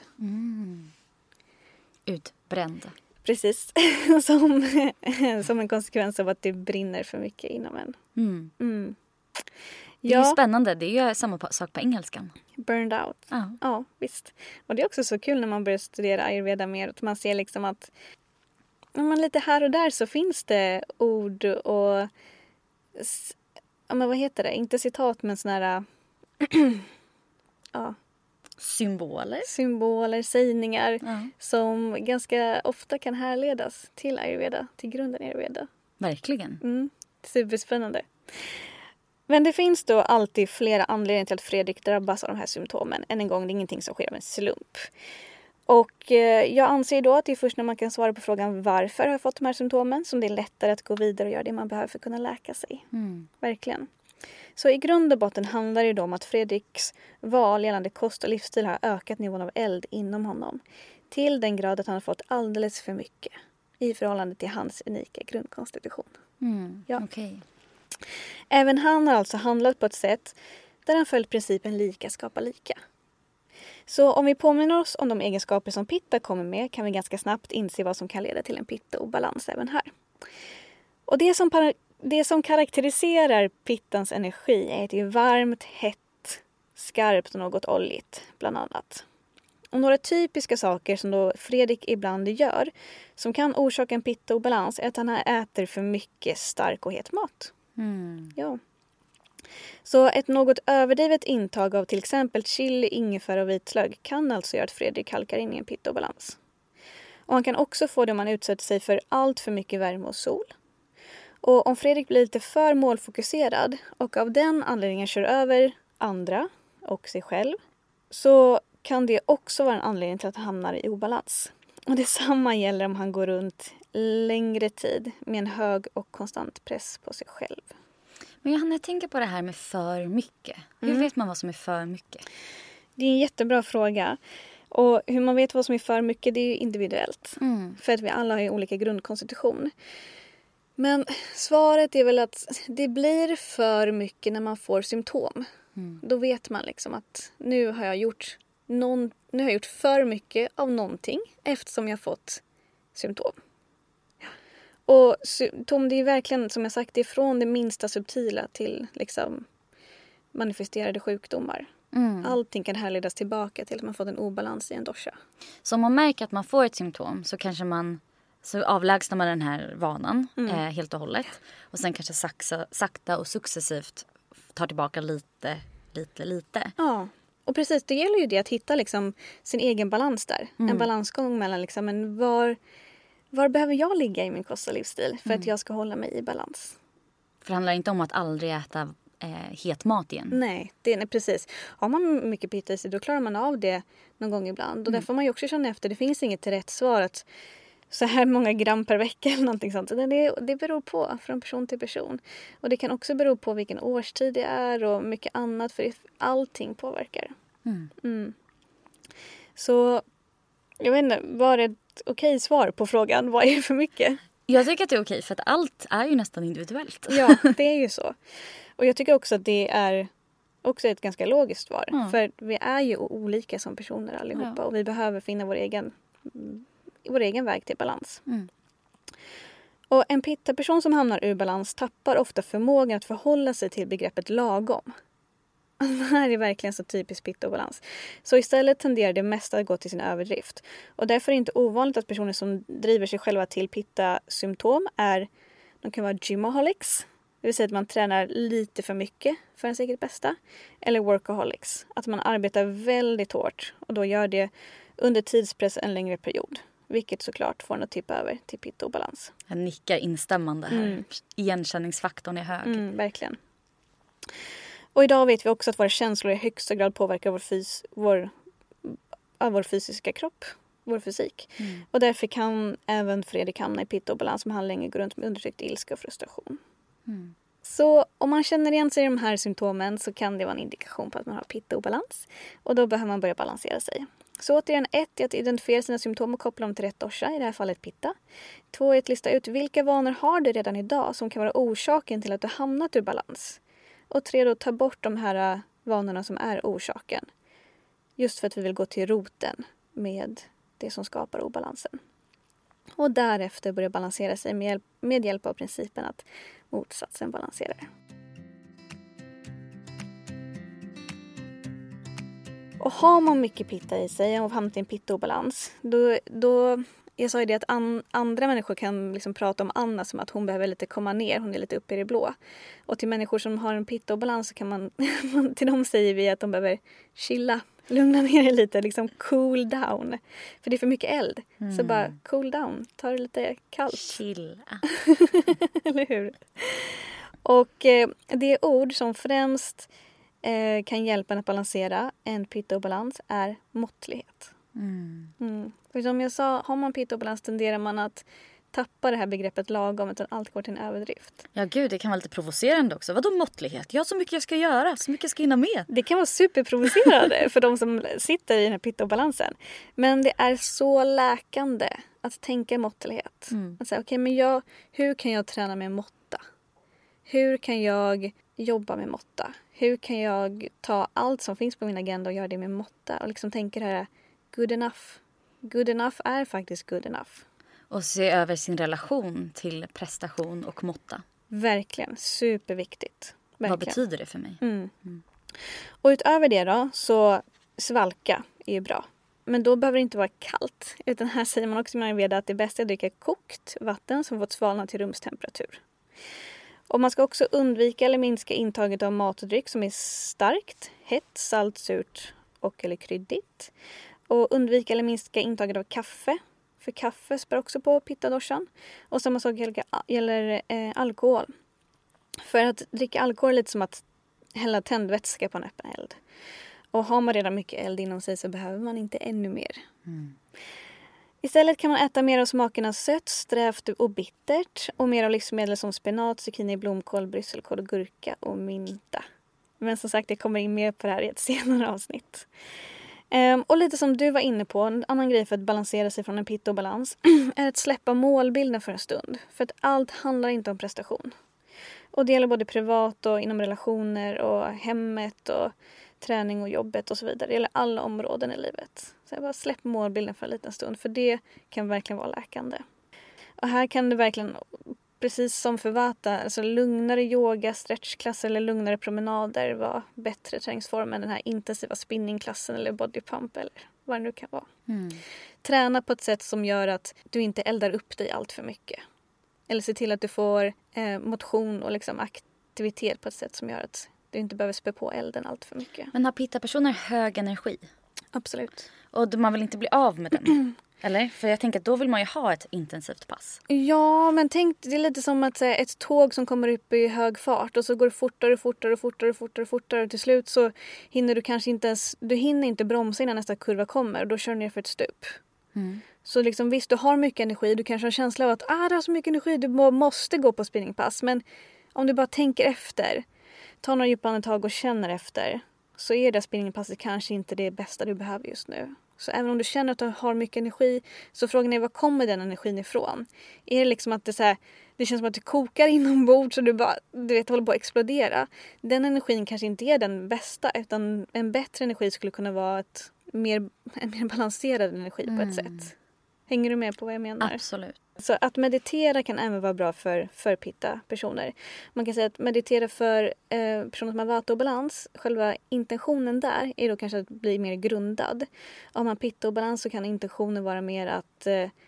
Utbränd. Precis. som en konsekvens av att det brinner för mycket inom en. Det är ju spännande. Det är ju samma sak på engelskan. Burned out. Ja, visst. Och det är också så kul när man börjar studera ayurveda mer. Att man ser liksom att lite här och där så finns det ord och men vad heter det? Inte citat, men såna här Symboler, sägningar som ganska ofta kan härledas till ayurveda, till grunden i ayurveda. Verkligen. Superspännande. Men det finns då alltid flera anledningar till att Fredrik drabbas av de här symptomen. Än en gång, det är ingenting som sker av en slump. Och jag anser då att det är först när man kan svara på frågan varför har jag fått de här symptomen som det är lättare att gå vidare och göra det man behöver för att kunna läka sig. Verkligen. Så i grund och botten handlar det då om att Fredriks val gällande kost och livsstil har ökat nivån av eld inom honom. Till den grad att han har fått alldeles för mycket i förhållande till hans unika grundkonstitution. Okej. Även han har alltså handlat på ett sätt där han följt principen lika skapar lika. Så om vi påminner oss om de egenskaper som pitta kommer med kan vi ganska snabbt inse vad som kan leda till en pitta-obalans även här. Och det som karaktäriserar pittans energi är att det är varmt, hett, skarpt och något oljigt bland annat. Och några typiska saker som då Fredrik ibland gör som kan orsaka en pitta-obalans är att han äter för mycket stark och het mat. Ja. Så ett något överdrivet intag av till exempel chili, ingefära och vitlök kan alltså göra att Fredrik halkar in i en pitta-obalans. Och han kan också få det om man utsätter sig för allt för mycket värme och sol. Och om Fredrik blir lite för målfokuserad och av den anledningen kör över andra och sig själv så kan det också vara en anledning till att han hamnar i obalans. Och detsamma gäller om han går runt längre tid med en hög och konstant press på sig själv. Men Johanna, jag tänker på det här med för mycket. Hur vet man vad som är för mycket? Det är en jättebra fråga. Och hur man vet vad som är för mycket, det är ju individuellt. För att vi alla har ju olika grundkonstitution. Men svaret är väl att det blir för mycket när man får symptom. Då vet man liksom att nu har jag gjort för mycket av någonting eftersom jag fått symptom. Och symptom, det är verkligen som jag sagt, det är från det minsta subtila till liksom manifesterade sjukdomar. Allting kan härledas tillbaka till att man fått en obalans i en dosha. Så om man märker att man får ett symptom så kanske så avlägsnar man den här vanan helt och hållet. Och sen kanske sakta och successivt tar tillbaka lite. Ja, och precis. Det gäller ju det att hitta liksom sin egen balans där. En balansgång mellan liksom, men var behöver jag ligga i min kost och livsstil för att jag ska hålla mig i balans. För det handlar inte om att aldrig äta het mat igen. Nej, precis. Har man mycket pitta i sig då klarar man av det någon gång ibland. Och där får man ju också känna efter. Det finns inget rätt svar att så här många gram per vecka eller någonting sånt. Det beror på från person till person. Och det kan också bero på vilken årstid det är och mycket annat. För allting påverkar. Så jag vet inte, var det ett okej svar på frågan? Vad är det för mycket? Jag tycker att det är okej för att allt är ju nästan individuellt. Ja, det är ju så. Och jag tycker också att det är också ett ganska logiskt svar. För vi är ju olika som personer allihopa. Och vi behöver finna vår egen väg till balans. Och en pitta-person som hamnar ur balans tappar ofta förmågan att förhålla sig till begreppet lagom. Det här är verkligen så typiskt pitta-obalans. Så istället tenderar det mesta att gå till sin överdrift. Och därför är det inte ovanligt att personer som driver sig själva till pitta-symptom de kan vara gymaholics. Det vill säga att man tränar lite för mycket för ens eget bästa. Eller workaholics. Att man arbetar väldigt hårt och då gör det under tidspress en längre period. Vilket såklart får en att tippa över till pitta-obalans. Jag nickar instämmande här. Igenkänningsfaktorn är hög. Verkligen. Och idag vet vi också att våra känslor i högsta grad påverkar vår fysiska kropp. Vår fysik. Och därför kan även Fredrik hamna i pitta-obalans som han länge går runt med undertryckt ilska och frustration. Så om man känner igen sig i de här symptomen så kan det vara en indikation på att man har pitta-obalans. Och då behöver man börja balansera sig. Så återigen 1 är att identifiera sina symptom och koppla dem till rätt dosha, i det här fallet pitta. 2 är att lista ut vilka vanor har du redan idag som kan vara orsaken till att du hamnat ur balans. Och 3 då, ta bort de här vanorna som är orsaken. Just för att vi vill gå till roten med det som skapar obalansen. Och därefter börja balansera sig med hjälp av principen att motsatsen balanserar. Och har man mycket pitta i sig och hamnat i en pitta-obalans, då jag sa ju det att andra människor kan liksom prata om Anna som att hon behöver lite komma ner, hon är lite uppe i det blå. Och till människor som har en pitta-obalans så kan till dem säger vi att de behöver chilla, lugna ner det lite, liksom cool down. För det är för mycket eld. Så bara cool down, ta det lite kallt. Chilla. Eller hur? Och det ord som främst kan hjälpa en att balansera en pitta-obalans är måttlighet. För som jag sa, har man pitta-obalans tenderar man att tappa det här begreppet lagom utan allt går till en överdrift. Ja gud, det kan vara lite provocerande också. Vadå måttlighet? Jag har så mycket jag ska göra, så mycket jag ska hinna med. Det kan vara superprovocerande för de som sitter i den här pitta-obalansen. Men det är så läkande att tänka måttlighet. Att säga, okej, men hur kan jag träna med måtta? Hur kan jag jobba med måtta? Hur kan jag ta allt som finns på min agenda och göra det med måtta? Och liksom tänka det här, good enough. Good enough är faktiskt good enough. Och se över sin relation till prestation och måtta. Verkligen, superviktigt. Verkligen. Vad betyder det för mig? Och utöver det då, så svalka är ju bra. Men då behöver det inte vara kallt. Utan här säger man också med Ayurveda att det bästa är att dricka kokt vatten som fått svalna till rumstemperatur. Och man ska också undvika eller minska intaget av mat och dryck som är starkt, hett, salt, surt eller kryddigt. Och undvika eller minska intaget av kaffe. För kaffe spär också på pitta-doshan. Och samma sak gäller alkohol. För att dricka alkohol är lite som att hälla tändvätska på en öppen eld. Och har man redan mycket eld inom sig så behöver man inte ännu mer. Istället kan man äta mer av smakerna sött, strävt och bittert. Och mer av livsmedel som spenat, zucchini, blomkål, brysselkål, gurka och mynta. Men som sagt, jag kommer in mer på det här i ett senare avsnitt. Och lite som du var inne på, en annan grej för att balansera sig från en pitta-obalans är att släppa målbilden för en stund. För att allt handlar inte om prestation. Och det gäller både privat och inom relationer och hemmet och träning och jobbet och så vidare. Det gäller alla områden i livet. Så jag bara släpp målbilden för en liten stund, för det kan verkligen vara läkande. Och här kan det verkligen, precis som för Vata, alltså lugnare yoga, stretchklasser eller lugnare promenader var bättre träningsform än den här intensiva spinningklassen eller bodypump eller vad det nu kan vara. Träna på ett sätt som gör att du inte eldar upp dig allt för mycket. Eller se till att du får motion och liksom aktivitet på ett sätt som gör att du inte behöver spä på elden allt för mycket. Men har pitta-personer hög energi? Absolut. Och man vill inte bli av med den? Eller? För jag tänker att då vill man ju ha ett intensivt pass. Ja, men tänk, det är lite som att säga, ett tåg som kommer upp i hög fart och så går det fortare och till slut så hinner du kanske inte ens, du hinner inte bromsa innan nästa kurva kommer och då kör du ner för ett stup. Så liksom, visst, du har mycket energi, du kanske har en känsla av att du har så mycket energi, du måste gå på spinningpass, men om du bara tänker efter, tar några djupa andetag och känner efter, så är det spinningpasset kanske inte det bästa du behöver just nu. Så även om du känner att du har mycket energi, så frågan är, var kommer den energin ifrån? Är det liksom att det känns som att du kokar inombords och du håller på att explodera? Den energin kanske inte är den bästa, utan en bättre energi skulle kunna vara en mer balanserad energi på ett sätt. Hänger du med på vad jag menar? Absolut. Så att meditera kan även vara bra för pitta-personer. Man kan säga att meditera för personer som har vata och balans, själva intentionen där är då kanske att bli mer grundad. Om man har pitta och balans så kan intentionen vara mer att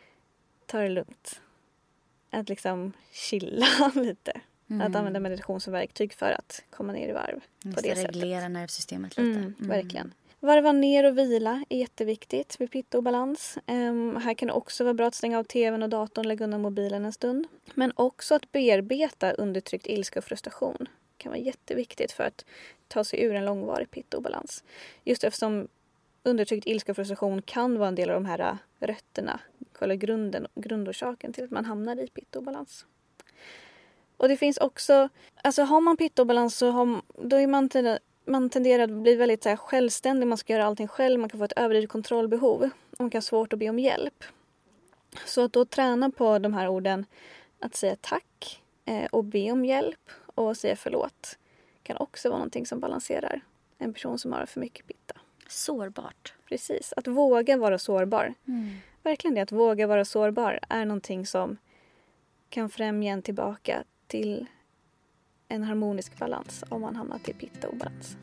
ta det lugnt. Att liksom chilla lite. Att använda meditation som verktyg för att komma ner i varv på det sättet. Reglera nervsystemet lite. Verkligen. Varva ner och vila är jätteviktigt vid pitta och balans. Här kan det också vara bra att stänga av tvn och datorn, lägga undan mobilen en stund. Men också att bearbeta undertryckt ilska och frustration kan vara jätteviktigt för att ta sig ur en långvarig pitta och balans. Just eftersom undertryckt ilska och frustration kan vara en del av de här rötterna, eller grundorsaken till att man hamnar i pitta och balans. Och det finns också, alltså har man pitta och balans så då är man tenderar att bli väldigt så här självständig. Man ska göra allting själv. Man kan få ett överdrivet kontrollbehov. Och man kan ha svårt att be om hjälp. Så att då träna på de här orden. Att säga tack. Och be om hjälp. Och säga förlåt. Kan också vara någonting som balanserar en person som har för mycket pitta. Sårbart. Precis. Att våga vara sårbar. Verkligen det. Att våga vara sårbar är någonting som kan främja en tillbaka till en harmonisk balans om man hamnar till pitta och balans.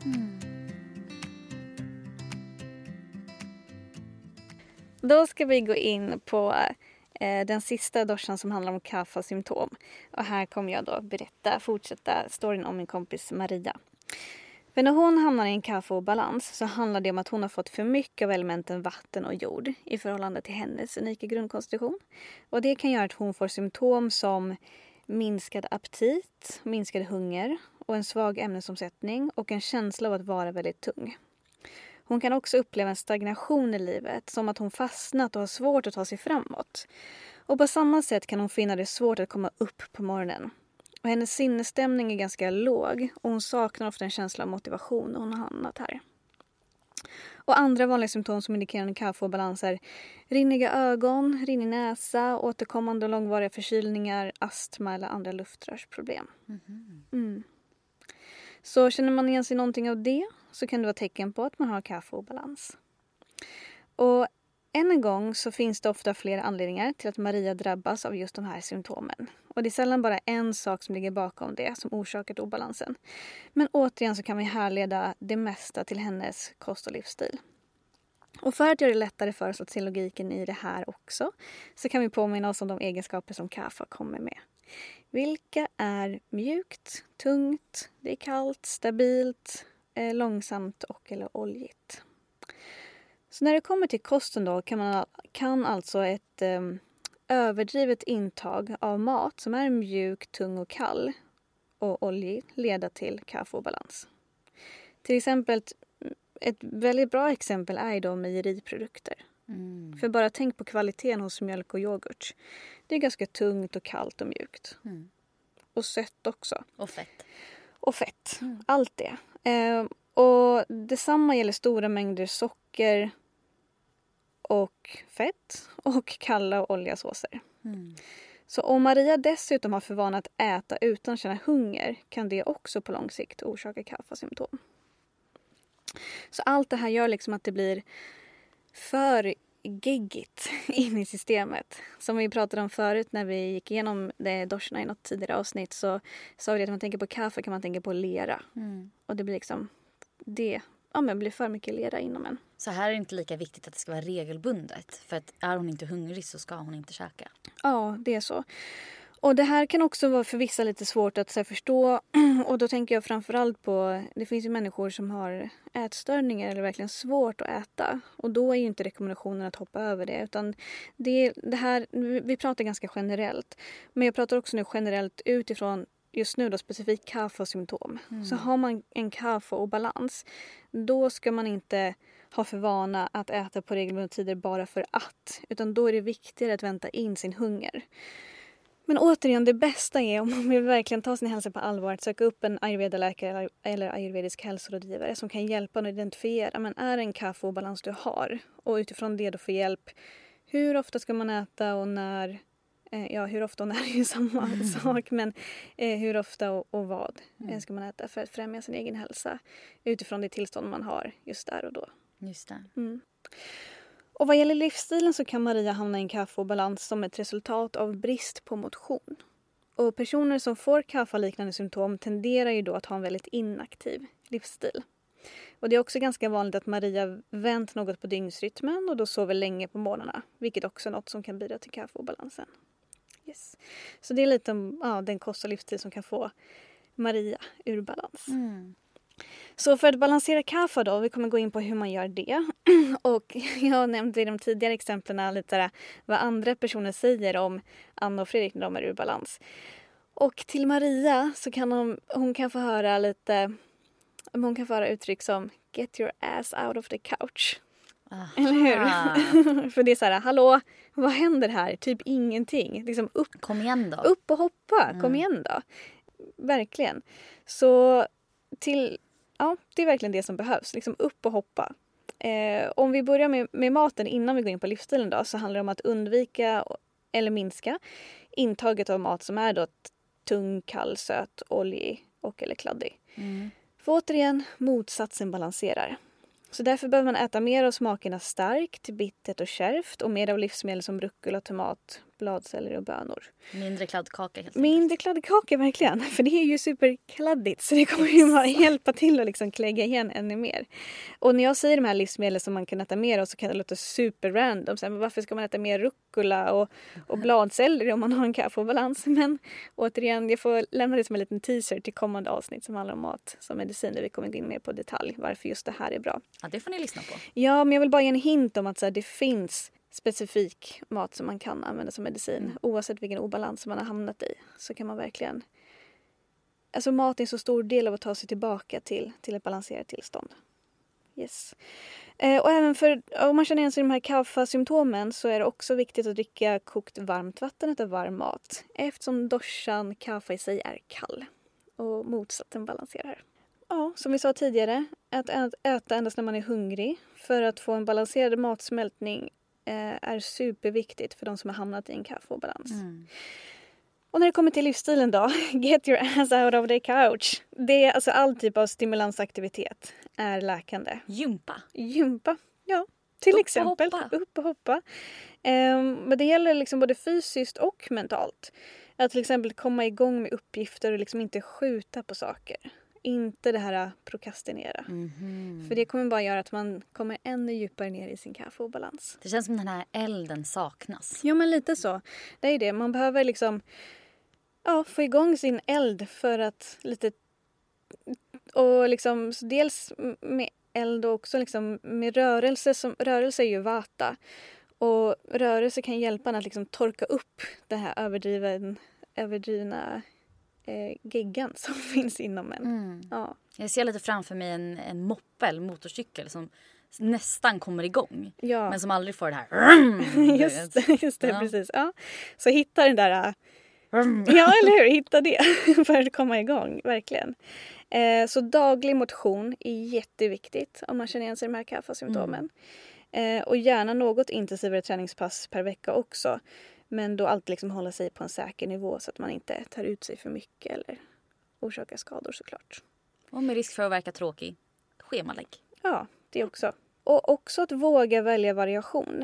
Då ska vi gå in på den sista doshan som handlar om kapha-symptom. Och här kommer jag då fortsätta storyn om min kompis Maria. För när hon hamnar i en kapha-balans så handlar det om att hon har fått för mycket av elementen vatten och jord i förhållande till hennes unika grundkonstitution. Och det kan göra att hon får symptom som minskad aptit, minskad hunger och en svag ämnesomsättning och en känsla av att vara väldigt tung. Hon kan också uppleva en stagnation i livet, som att hon fastnat och har svårt att ta sig framåt. Och på samma sätt kan hon finna det svårt att komma upp på morgonen. Och hennes sinnesstämning är ganska låg och hon saknar ofta en känsla av motivation när hon har hamnat här. Och andra vanliga symptom som indikerar en kapha-balans är rinniga ögon, rinnig näsa, återkommande och långvariga förkylningar, astma eller andra luftrörsproblem. Så känner man igen sig någonting av det så kan det vara tecken på att man har kapha-balans. Och än en gång så finns det ofta flera anledningar till att Maria drabbas av just de här symptomen. Och det är sällan bara en sak som ligger bakom det som orsakat obalansen. Men återigen så kan vi härleda det mesta till hennes kost och livsstil. Och för att göra det lättare för oss att se logiken i det här också så kan vi påminna oss om de egenskaper som kapha kommer med. Vilka är mjukt, tungt, det är kallt, stabilt, långsamt och eller oljigt. Så när det kommer till kosten då kan alltså ett överdrivet intag av mat som är mjuk, tung och kall och oljig leda till kapha-balans. Till exempel ett väldigt bra exempel är då mejeriprodukter. För bara tänk på kvaliteten hos mjölk och yoghurt. Det är ganska tungt och kallt och mjukt. Och sött också. Och fett. Allt det. Och detsamma gäller stora mängder socker och fett och kalla och oljasåser. Så om Maria dessutom har för vana att äta utan att känna hunger kan det också på lång sikt orsaka kapha-symptom. Så allt det här gör liksom att det blir för geggigt in i systemet. Som vi pratade om förut när vi gick igenom doscherna i något tidigare avsnitt, så sa vi att man tänker på kaffe kan man tänka på lera. Och det blir liksom det. Ja, men blir för mycket lera inom en. Så här är det inte lika viktigt att det ska vara regelbundet. För att är hon inte hungrig så ska hon inte käka. Ja, det är så. Och det här kan också vara för vissa lite svårt att förstå. Och då tänker jag framförallt på, det finns ju människor som har ätstörningar eller verkligen svårt att äta. Och då är ju inte rekommendationen att hoppa över det. Utan det här, vi pratar ganska generellt. Men jag pratar också nu generellt utifrån just nu då specifikt KAFA-symptom. Så har man en KAFA-obalans, då ska man inte ha för vana att äta på regelbundna tider bara för att. Utan då är det viktigare att vänta in sin hunger. Men återigen, det bästa är om man vill verkligen ta sin hälsa på allvar att söka upp en ayurveda-läkare eller ayurvedisk hälsorådgivare som kan hjälpa en att identifiera, men är det en KAFA-obalans du har? Och utifrån det då få hjälp. Hur ofta ska man äta och när? Ja, hur ofta och när är ju samma sak, men hur ofta och vad ska man äta för att främja sin egen hälsa utifrån det tillstånd man har just där och då. Just det. Och vad gäller livsstilen så kan Maria hamna i en KAFA-obalans som ett resultat av brist på motion. Och personer som får KAFA-liknande symptom tenderar ju då att ha en väldigt inaktiv livsstil. Och det är också ganska vanligt att Maria vänt något på dygnsrytmen och då sover länge på morgnarna, vilket också är något som kan bidra till KAFA-obalansen. Yes. Så det är lite om den kost och livsstil som kan få Maria ur balans. Så för att balansera KAFA då, vi kommer gå in på hur man gör det. Och jag nämnde i de tidigare exemplen lite vad andra personer säger om Anna och Fredrik när de är ur balans. Och till Maria så kan hon kan få höra lite, hon kan få höra uttryck som get your ass out of the couch. Aha. Eller hur? För det är så här, hallå, vad händer här? Typ ingenting. Liksom kom igen då. Upp och hoppa, kom igen då. Verkligen. Så det är verkligen det som behövs. Liksom upp och hoppa. Om vi börjar med maten innan vi går in på livsstilen då, så handlar det om att undvika eller minska intaget av mat som är då tung, kall, söt, oljig och eller kladdig. För återigen, motsatsen balanserar. Så därför behöver man äta mer av smakerna starkt, bittert och kärvt och mer av livsmedel som rucola, tomat, bladselleri och bönor. Mindre kladdkaka helt enkelt. Mindre kladdkaka verkligen, för det är ju superkladdigt så det kommer ju bara hjälpa till att liksom klägga igen ännu mer. Och när jag säger de här livsmedel som man kan äta mer av så kan det låta super random. Men varför ska man äta mer rucola och bladselleri om man har en KAFA-balans? Men återigen, jag får lämna det som en liten teaser till kommande avsnitt som handlar om mat som medicin där vi kommer in mer på detalj varför just det här är bra. Ja, det får ni lyssna på. Ja, men jag vill bara ge en hint om att det finns specifik mat som man kan använda som medicin. Oavsett vilken obalans man har hamnat i så kan man verkligen... Alltså mat är en så stor del av att ta sig tillbaka till ett balanserat tillstånd. Yes. Och även om man känner igen sig i de här KAFA-symptomen så är det också viktigt att dricka kokt varmt vatten eller varm mat. Eftersom doshan KAFA i sig är kall. Och motsatsen balanserar. Ja, som vi sa tidigare, att äta endast när man är hungrig för att få en balanserad matsmältning är superviktigt för de som har hamnat i en KAFA-obalans. Och när det kommer till livsstilen då, get your ass out of the couch. Det är alltså all typ av stimulansaktivitet är läkande. Gympa, ja. Till upp exempel. Upp och hoppa. Men det gäller liksom både fysiskt och mentalt. Att till exempel komma igång med uppgifter och liksom inte skjuta på saker. Inte det här prokrastinera. För det kommer bara göra att man kommer ännu djupare ner i sin KAFA-obalans. Det känns som den här elden saknas. Ja, men lite så. Det är det. Man behöver liksom få igång sin eld för att lite... Och liksom dels med eld och också liksom med rörelse. Rörelse är ju vata. Och rörelse kan hjälpa en att liksom torka upp det här överdrivna geggan som finst inom en. Ja. Jag ser lite framför mig en moppe, motorcykel som nästan kommer igång. Ja. Men som aldrig får det här. Just det, precis. Ja. Så hitta den där... Ja, eller hur? Hitta det för att komma igång, verkligen. Så daglig motion är jätteviktigt om man känner igen sig i de här KAFA-symptomen. Och gärna något intensivare träningspass per vecka också. Men då alltid liksom hålla sig på en säker nivå så att man inte tar ut sig för mycket eller orsakar skador såklart. Och med risk för att verka tråkig, schemalägg. Ja, det också. Och också att våga välja variation.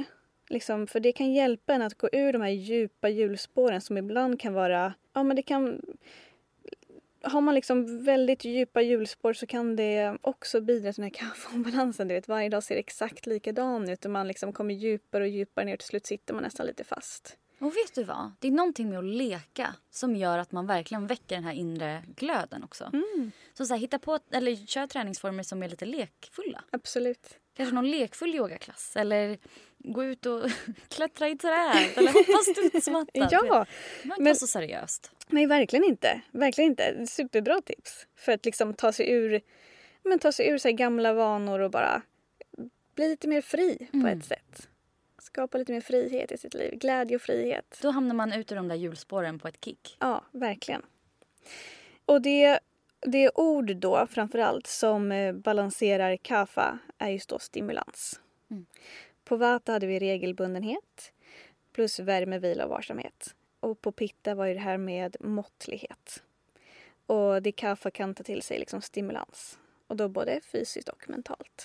Liksom, för det kan hjälpa en att gå ur de här djupa hjulspåren som ibland kan vara... Ja, men det kan... Har man liksom väldigt djupa hjulspår så kan det också bidra till den här kaffeobalansen. Du vet, varje dag ser exakt likadan ut och man liksom kommer djupare och djupare ner. Till slut sitter man nästan lite fast. Och vet du vad? Det är någonting med att leka som gör att man verkligen väcker den här inre glöden också. Så hitta på eller kör träningsformer som är lite lekfulla. Absolut. Kanske någon lekfull yogaklass eller gå ut och klättra i träd eller hoppa studsmatta. Ja, det var inte så seriöst. Nej, verkligen inte. Verkligen inte. Superbra tips för att liksom ta sig ur så här gamla vanor och bara bli lite mer fri på ett sätt. Skapa lite mer frihet i sitt liv. Glädje och frihet. Då hamnar man ut ur de där hjulspåren på ett kick. Ja, verkligen. Och det ord då framförallt som balanserar kapha är just då stimulans. På vata hade vi regelbundenhet plus värme, vila och varsamhet. Och på pitta var ju det här med måttlighet. Och det kapha kan ta till sig liksom stimulans. Och då både fysiskt och mentalt.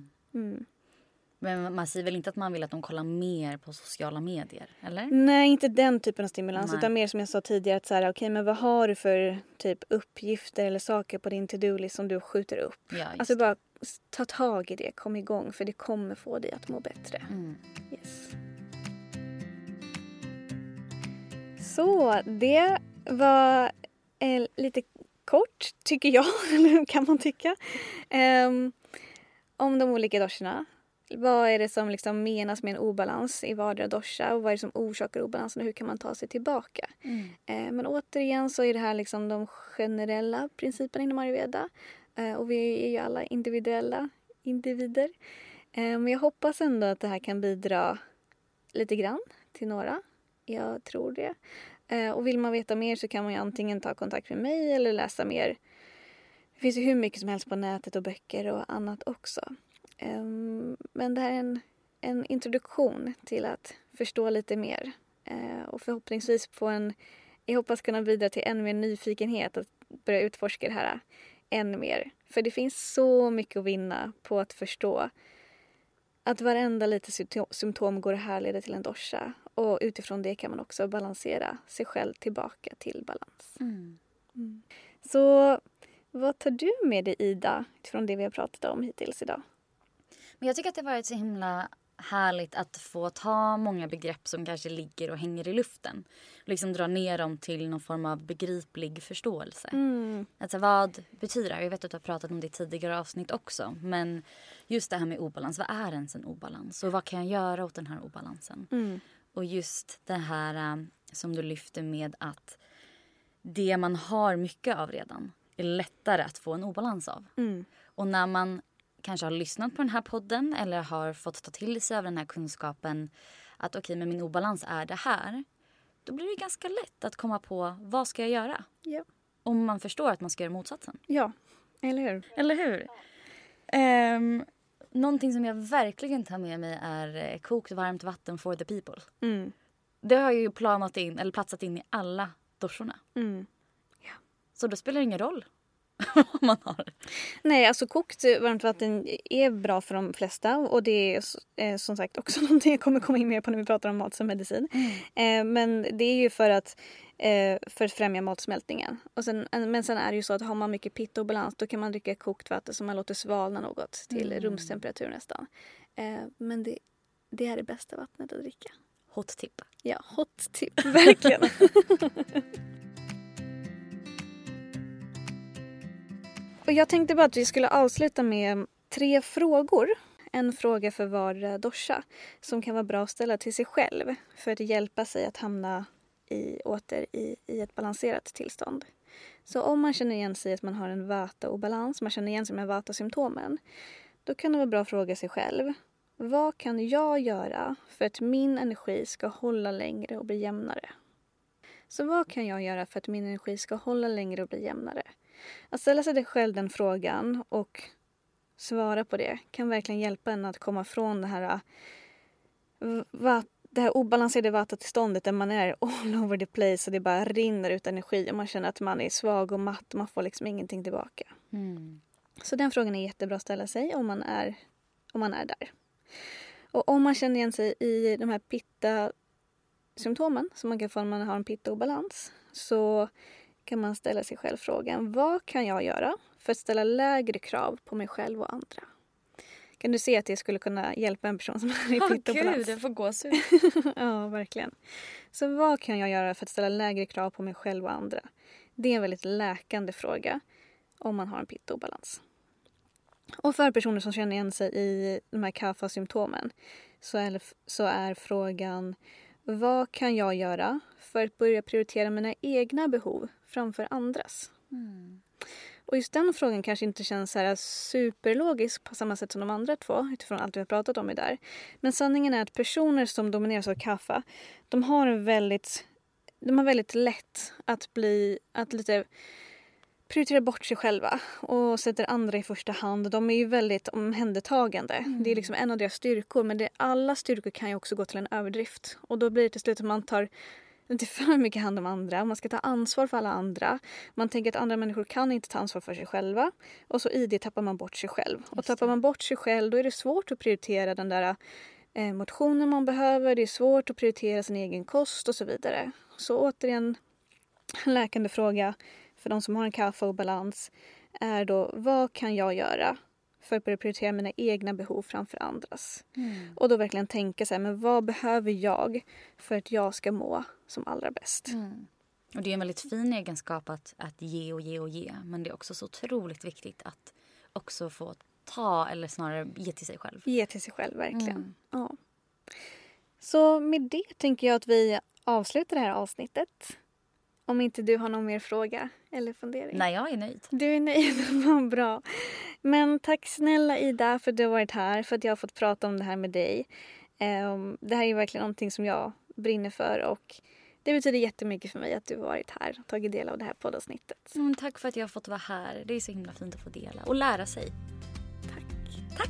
Men man säger väl inte att man vill att de kollar mer på sociala medier, eller? Nej, inte den typen av stimulans. Nej. Utan mer som jag sa tidigare att så här, okej, men vad har du för typ uppgifter eller saker på din to-do-list som du skjuter upp? Ja, alltså bara ta tag i det, kom igång för det kommer få dig att må bättre. Yes. Så det var lite kort tycker jag, eller kan man tycka, om de olika doshorna. Vad är det som liksom menas med en obalans i vardera dosha och vad är det som orsakar obalansen och hur kan man ta sig tillbaka? Men återigen så är det här liksom de generella principerna inom ayurveda och vi är ju alla individuella individer. Men jag hoppas ändå att det här kan bidra lite grann till några. Jag tror det. Och vill man veta mer så kan man ju antingen ta kontakt med mig eller läsa mer. Det finns ju hur mycket som helst på nätet och böcker och annat också. Men det här är en introduktion till att förstå lite mer. Och förhoppningsvis jag hoppas kunna bidra till än mer nyfikenhet att börja utforska det här än mer. För det finns så mycket att vinna på att förstå att varenda lite symptom går att härleda till en dosha. Och utifrån det kan man också balansera sig själv tillbaka till balans. Så vad tar du med dig, Ida, utifrån det vi har pratat om hittills idag? Men jag tycker att det har varit så himla härligt att få ta många begrepp som kanske ligger och hänger i luften. Och liksom dra ner dem till någon form av begriplig förståelse. Alltså vad betyder det? Jag vet att du har pratat om det i tidigare avsnitt också. Men just det här med obalans. Vad är ens en obalans? Och vad kan jag göra åt den här obalansen? Och just det här som du lyfter med att det man har mycket av redan är lättare att få en obalans av. Och när man kanske har lyssnat på den här podden eller har fått ta till sig av den här kunskapen att okej, men min obalans är det här. Då blir det ganska lätt att komma på vad ska jag göra? Ja. Om man förstår att man ska göra motsatsen. Ja, eller hur? Eller hur? Någonting som jag verkligen tar med mig är kokt varmt vatten for the people. Det har ju platsat in i alla doshorna. Ja. Så då spelar det ingen roll vad man har. Nej, alltså kokt varmt vatten är bra för de flesta. Och det är som sagt också någonting jag kommer komma in mer på när vi pratar om mat som medicin. Men det är ju för att främja matsmältningen. Men sen är det ju så att har man mycket pitta och balans då kan man dricka kokt vatten som man låter svalna något till rumstemperatur nästan. Men det är det bästa vattnet att dricka. Hot tip. Ja, hot tip. Verkligen. Och jag tänkte bara att vi skulle avsluta med 3 frågor. En fråga för var dosha som kan vara bra att ställa till sig själv för att hjälpa sig att hamna åter i ett balanserat tillstånd. Så om man känner igen sig att man har en vata-obalans, man känner igen sig med vata-symptomen, då kan det vara bra att fråga sig själv. Vad kan jag göra för att min energi ska hålla längre och bli jämnare? Så vad kan jag göra för att min energi ska hålla längre och bli jämnare? Att ställa sig själv den frågan och svara på det kan verkligen hjälpa en att komma från det här obalanserade vattentillståndet där man är all over the place och det bara rinner ut energi och man känner att man är svag och matt och man får liksom ingenting tillbaka. Så den frågan är jättebra att ställa sig om man är där. Och om man känner igen sig i de här pitta-symptomen som man kan få när man har en pitta-obalans, så kan man ställa sig själv frågan: vad kan jag göra för att ställa lägre krav på mig själv och andra? Kan du se att det skulle kunna hjälpa en person som är i pitta-obalans? Gud, det får gåshud. Ja, verkligen. Så vad kan jag göra för att ställa lägre krav på mig själv och andra? Det är en väldigt läkande fråga om man har en pitta-obalans. Och för personer som känner igen sig i de här kapha-symptomen så är frågan: vad kan jag göra för att börja prioritera mina egna behov framför andras? Och just den frågan kanske inte känns så här superlogisk på samma sätt som de andra två, utifrån allt vi har pratat om idag. Men sanningen är att personer som domineras av kapha, de har väldigt lätt att lite prioritera bort sig själva och sätter andra i första hand. De är ju väldigt omhändertagande. Det är liksom en av deras styrkor, men alla styrkor kan ju också gå till en överdrift. Och då blir det till slut att man tar inte för mycket hand om andra. Man ska ta ansvar för alla andra. Man tänker att andra människor kan inte ta ansvar för sig själva. Och så i det tappar man bort sig själv. Och tappar man bort sig själv, då är det svårt att prioritera den där motionen man behöver. Det är svårt att prioritera sin egen kost och så vidare. Så återigen, en läkande fråga för de som har en kapha-obalans är då: vad kan jag göra för att börja prioritera mina egna behov framför andras? Och då verkligen tänka så här: men vad behöver jag för att jag ska må som allra bäst? Och det är en väldigt fin egenskap att ge och ge och ge. Men det är också så otroligt viktigt att också få ta, eller snarare ge till sig själv. Ge till sig själv, verkligen. Ja. Så med det tänker jag att vi avslutar det här avsnittet. Om inte du har någon mer fråga eller fundering. Nej, jag är nöjd. Du är nöjd, vad bra. Men tack snälla Ida för att du har varit här, för att jag har fått prata om det här med dig. Det här är verkligen någonting som jag brinner för, och det betyder jättemycket för mig att du har varit här och tagit del av det här poddavsnittet. Tack för att jag har fått vara här. Det är så himla fint att få dela och lära sig. Tack.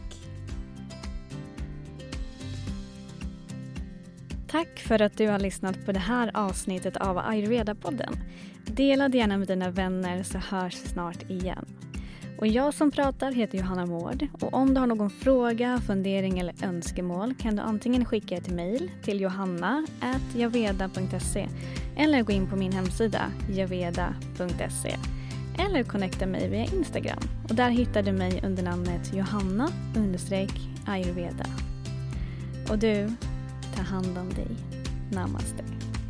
Tack för att du har lyssnat på det här avsnittet av Ayurveda-podden. Dela det gärna med dina vänner, så hörs snart igen. Och jag som pratar heter Johanna Mård, och om du har någon fråga, fundering eller önskemål kan du antingen skicka ett mejl till johanna@javeda.se eller gå in på min hemsida javeda.se eller connecta mig via Instagram. Och där hittar du mig under namnet Johanna_Ayurveda. Och du, ta hand om dig. Namaste.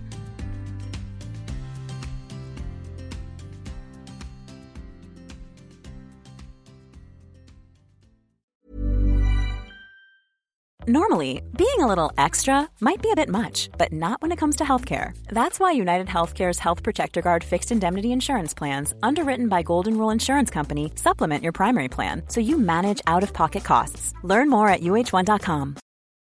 Normally, being a little extra might be a bit much, but not when it comes to healthcare. That's why United Healthcare's Health Protector Guard fixed indemnity insurance plans, underwritten by Golden Rule Insurance Company, supplement your primary plan so you manage out-of-pocket costs. Learn more at uh1.com.